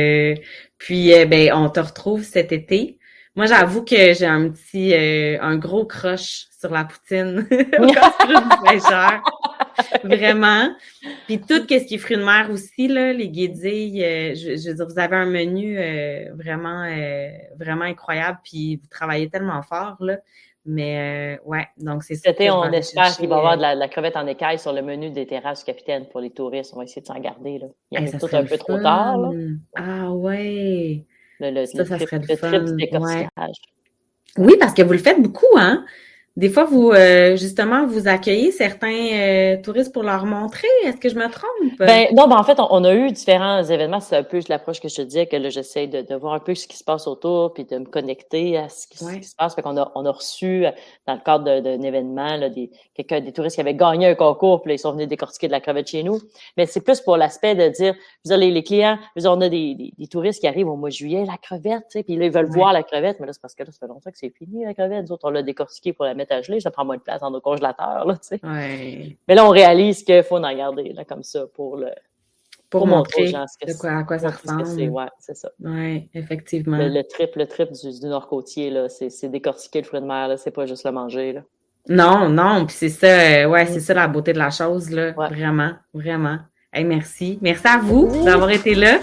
on te retrouve cet été. Moi, j'avoue que j'ai un gros crush sur la poutine au casse-croûte du pêcheur. Vraiment. Puis tout ce qui est fruits de mer aussi, là, les guédilles, je veux dire, vous avez un menu vraiment, vraiment incroyable, puis vous travaillez tellement fort, là. Mais donc c'est ça. Cet été, on espère qu'il va y avoir de la crevette en écaille sur le menu des terrasses du Capitaine pour les touristes. On va essayer de s'en garder, là. Il arrive tout un peu trop tard, là. Ah ouais! Ça serait le fun. Trip du décortiquage. Oui, parce que vous le faites beaucoup, hein? Des fois, vous, justement, vous accueillez certains touristes pour leur montrer. Est-ce que je me trompe? Non, en fait, on a eu différents événements. C'est un peu l'approche que je te disais, que là, j'essaie de voir un peu ce qui se passe autour, puis de me connecter à ce qui se passe. Fait qu'on a reçu, dans le cadre d'un événement, là, des touristes qui avaient gagné un concours, puis là, ils sont venus décortiquer de la crevette chez nous. Mais c'est plus pour l'aspect de dire, vous avez les clients, on a des touristes qui arrivent au mois de juillet, la crevette, tu sais, puis là, ils veulent voir la crevette, mais là, c'est parce que là, ça fait longtemps que c'est fini, la crevette. Nous autres, on l'a décortiqué pour la mettre à geler, ça prend moins de place dans nos congélateurs, là, tu sais. Ouais. Mais là, on réalise qu'il faut en garder, là, comme ça, pour montrer aux gens à quoi ça ressemble. C'est ça. Oui, effectivement. Le trip du Nord-Côtier, là, c'est décortiquer le fruit de mer, là, c'est pas juste le manger, là. Non, puis c'est ça, c'est ça la beauté de la chose, là. Ouais. Vraiment, vraiment. Hey, merci. Merci à vous d'avoir été là.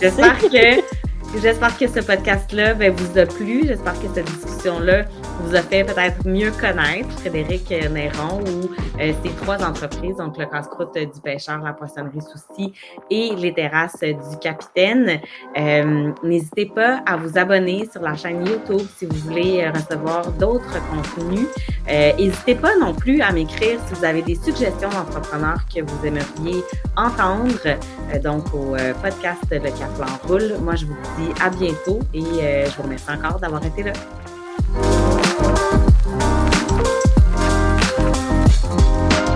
J'espère que ce podcast-là vous a plu. J'espère que cette discussion-là vous a fait peut-être mieux connaître Frédéric Néron ou ses 3 entreprises, donc le casse-croûte du pêcheur, la poissonnerie Souci et les terrasses du Capitaine. N'hésitez pas à vous abonner sur la chaîne YouTube si vous voulez recevoir d'autres contenus. N'hésitez pas non plus à m'écrire si vous avez des suggestions d'entrepreneurs que vous aimeriez entendre donc au podcast Le Cap l'Enroule. Moi, je vous dis à bientôt et je vous remercie encore d'avoir été là.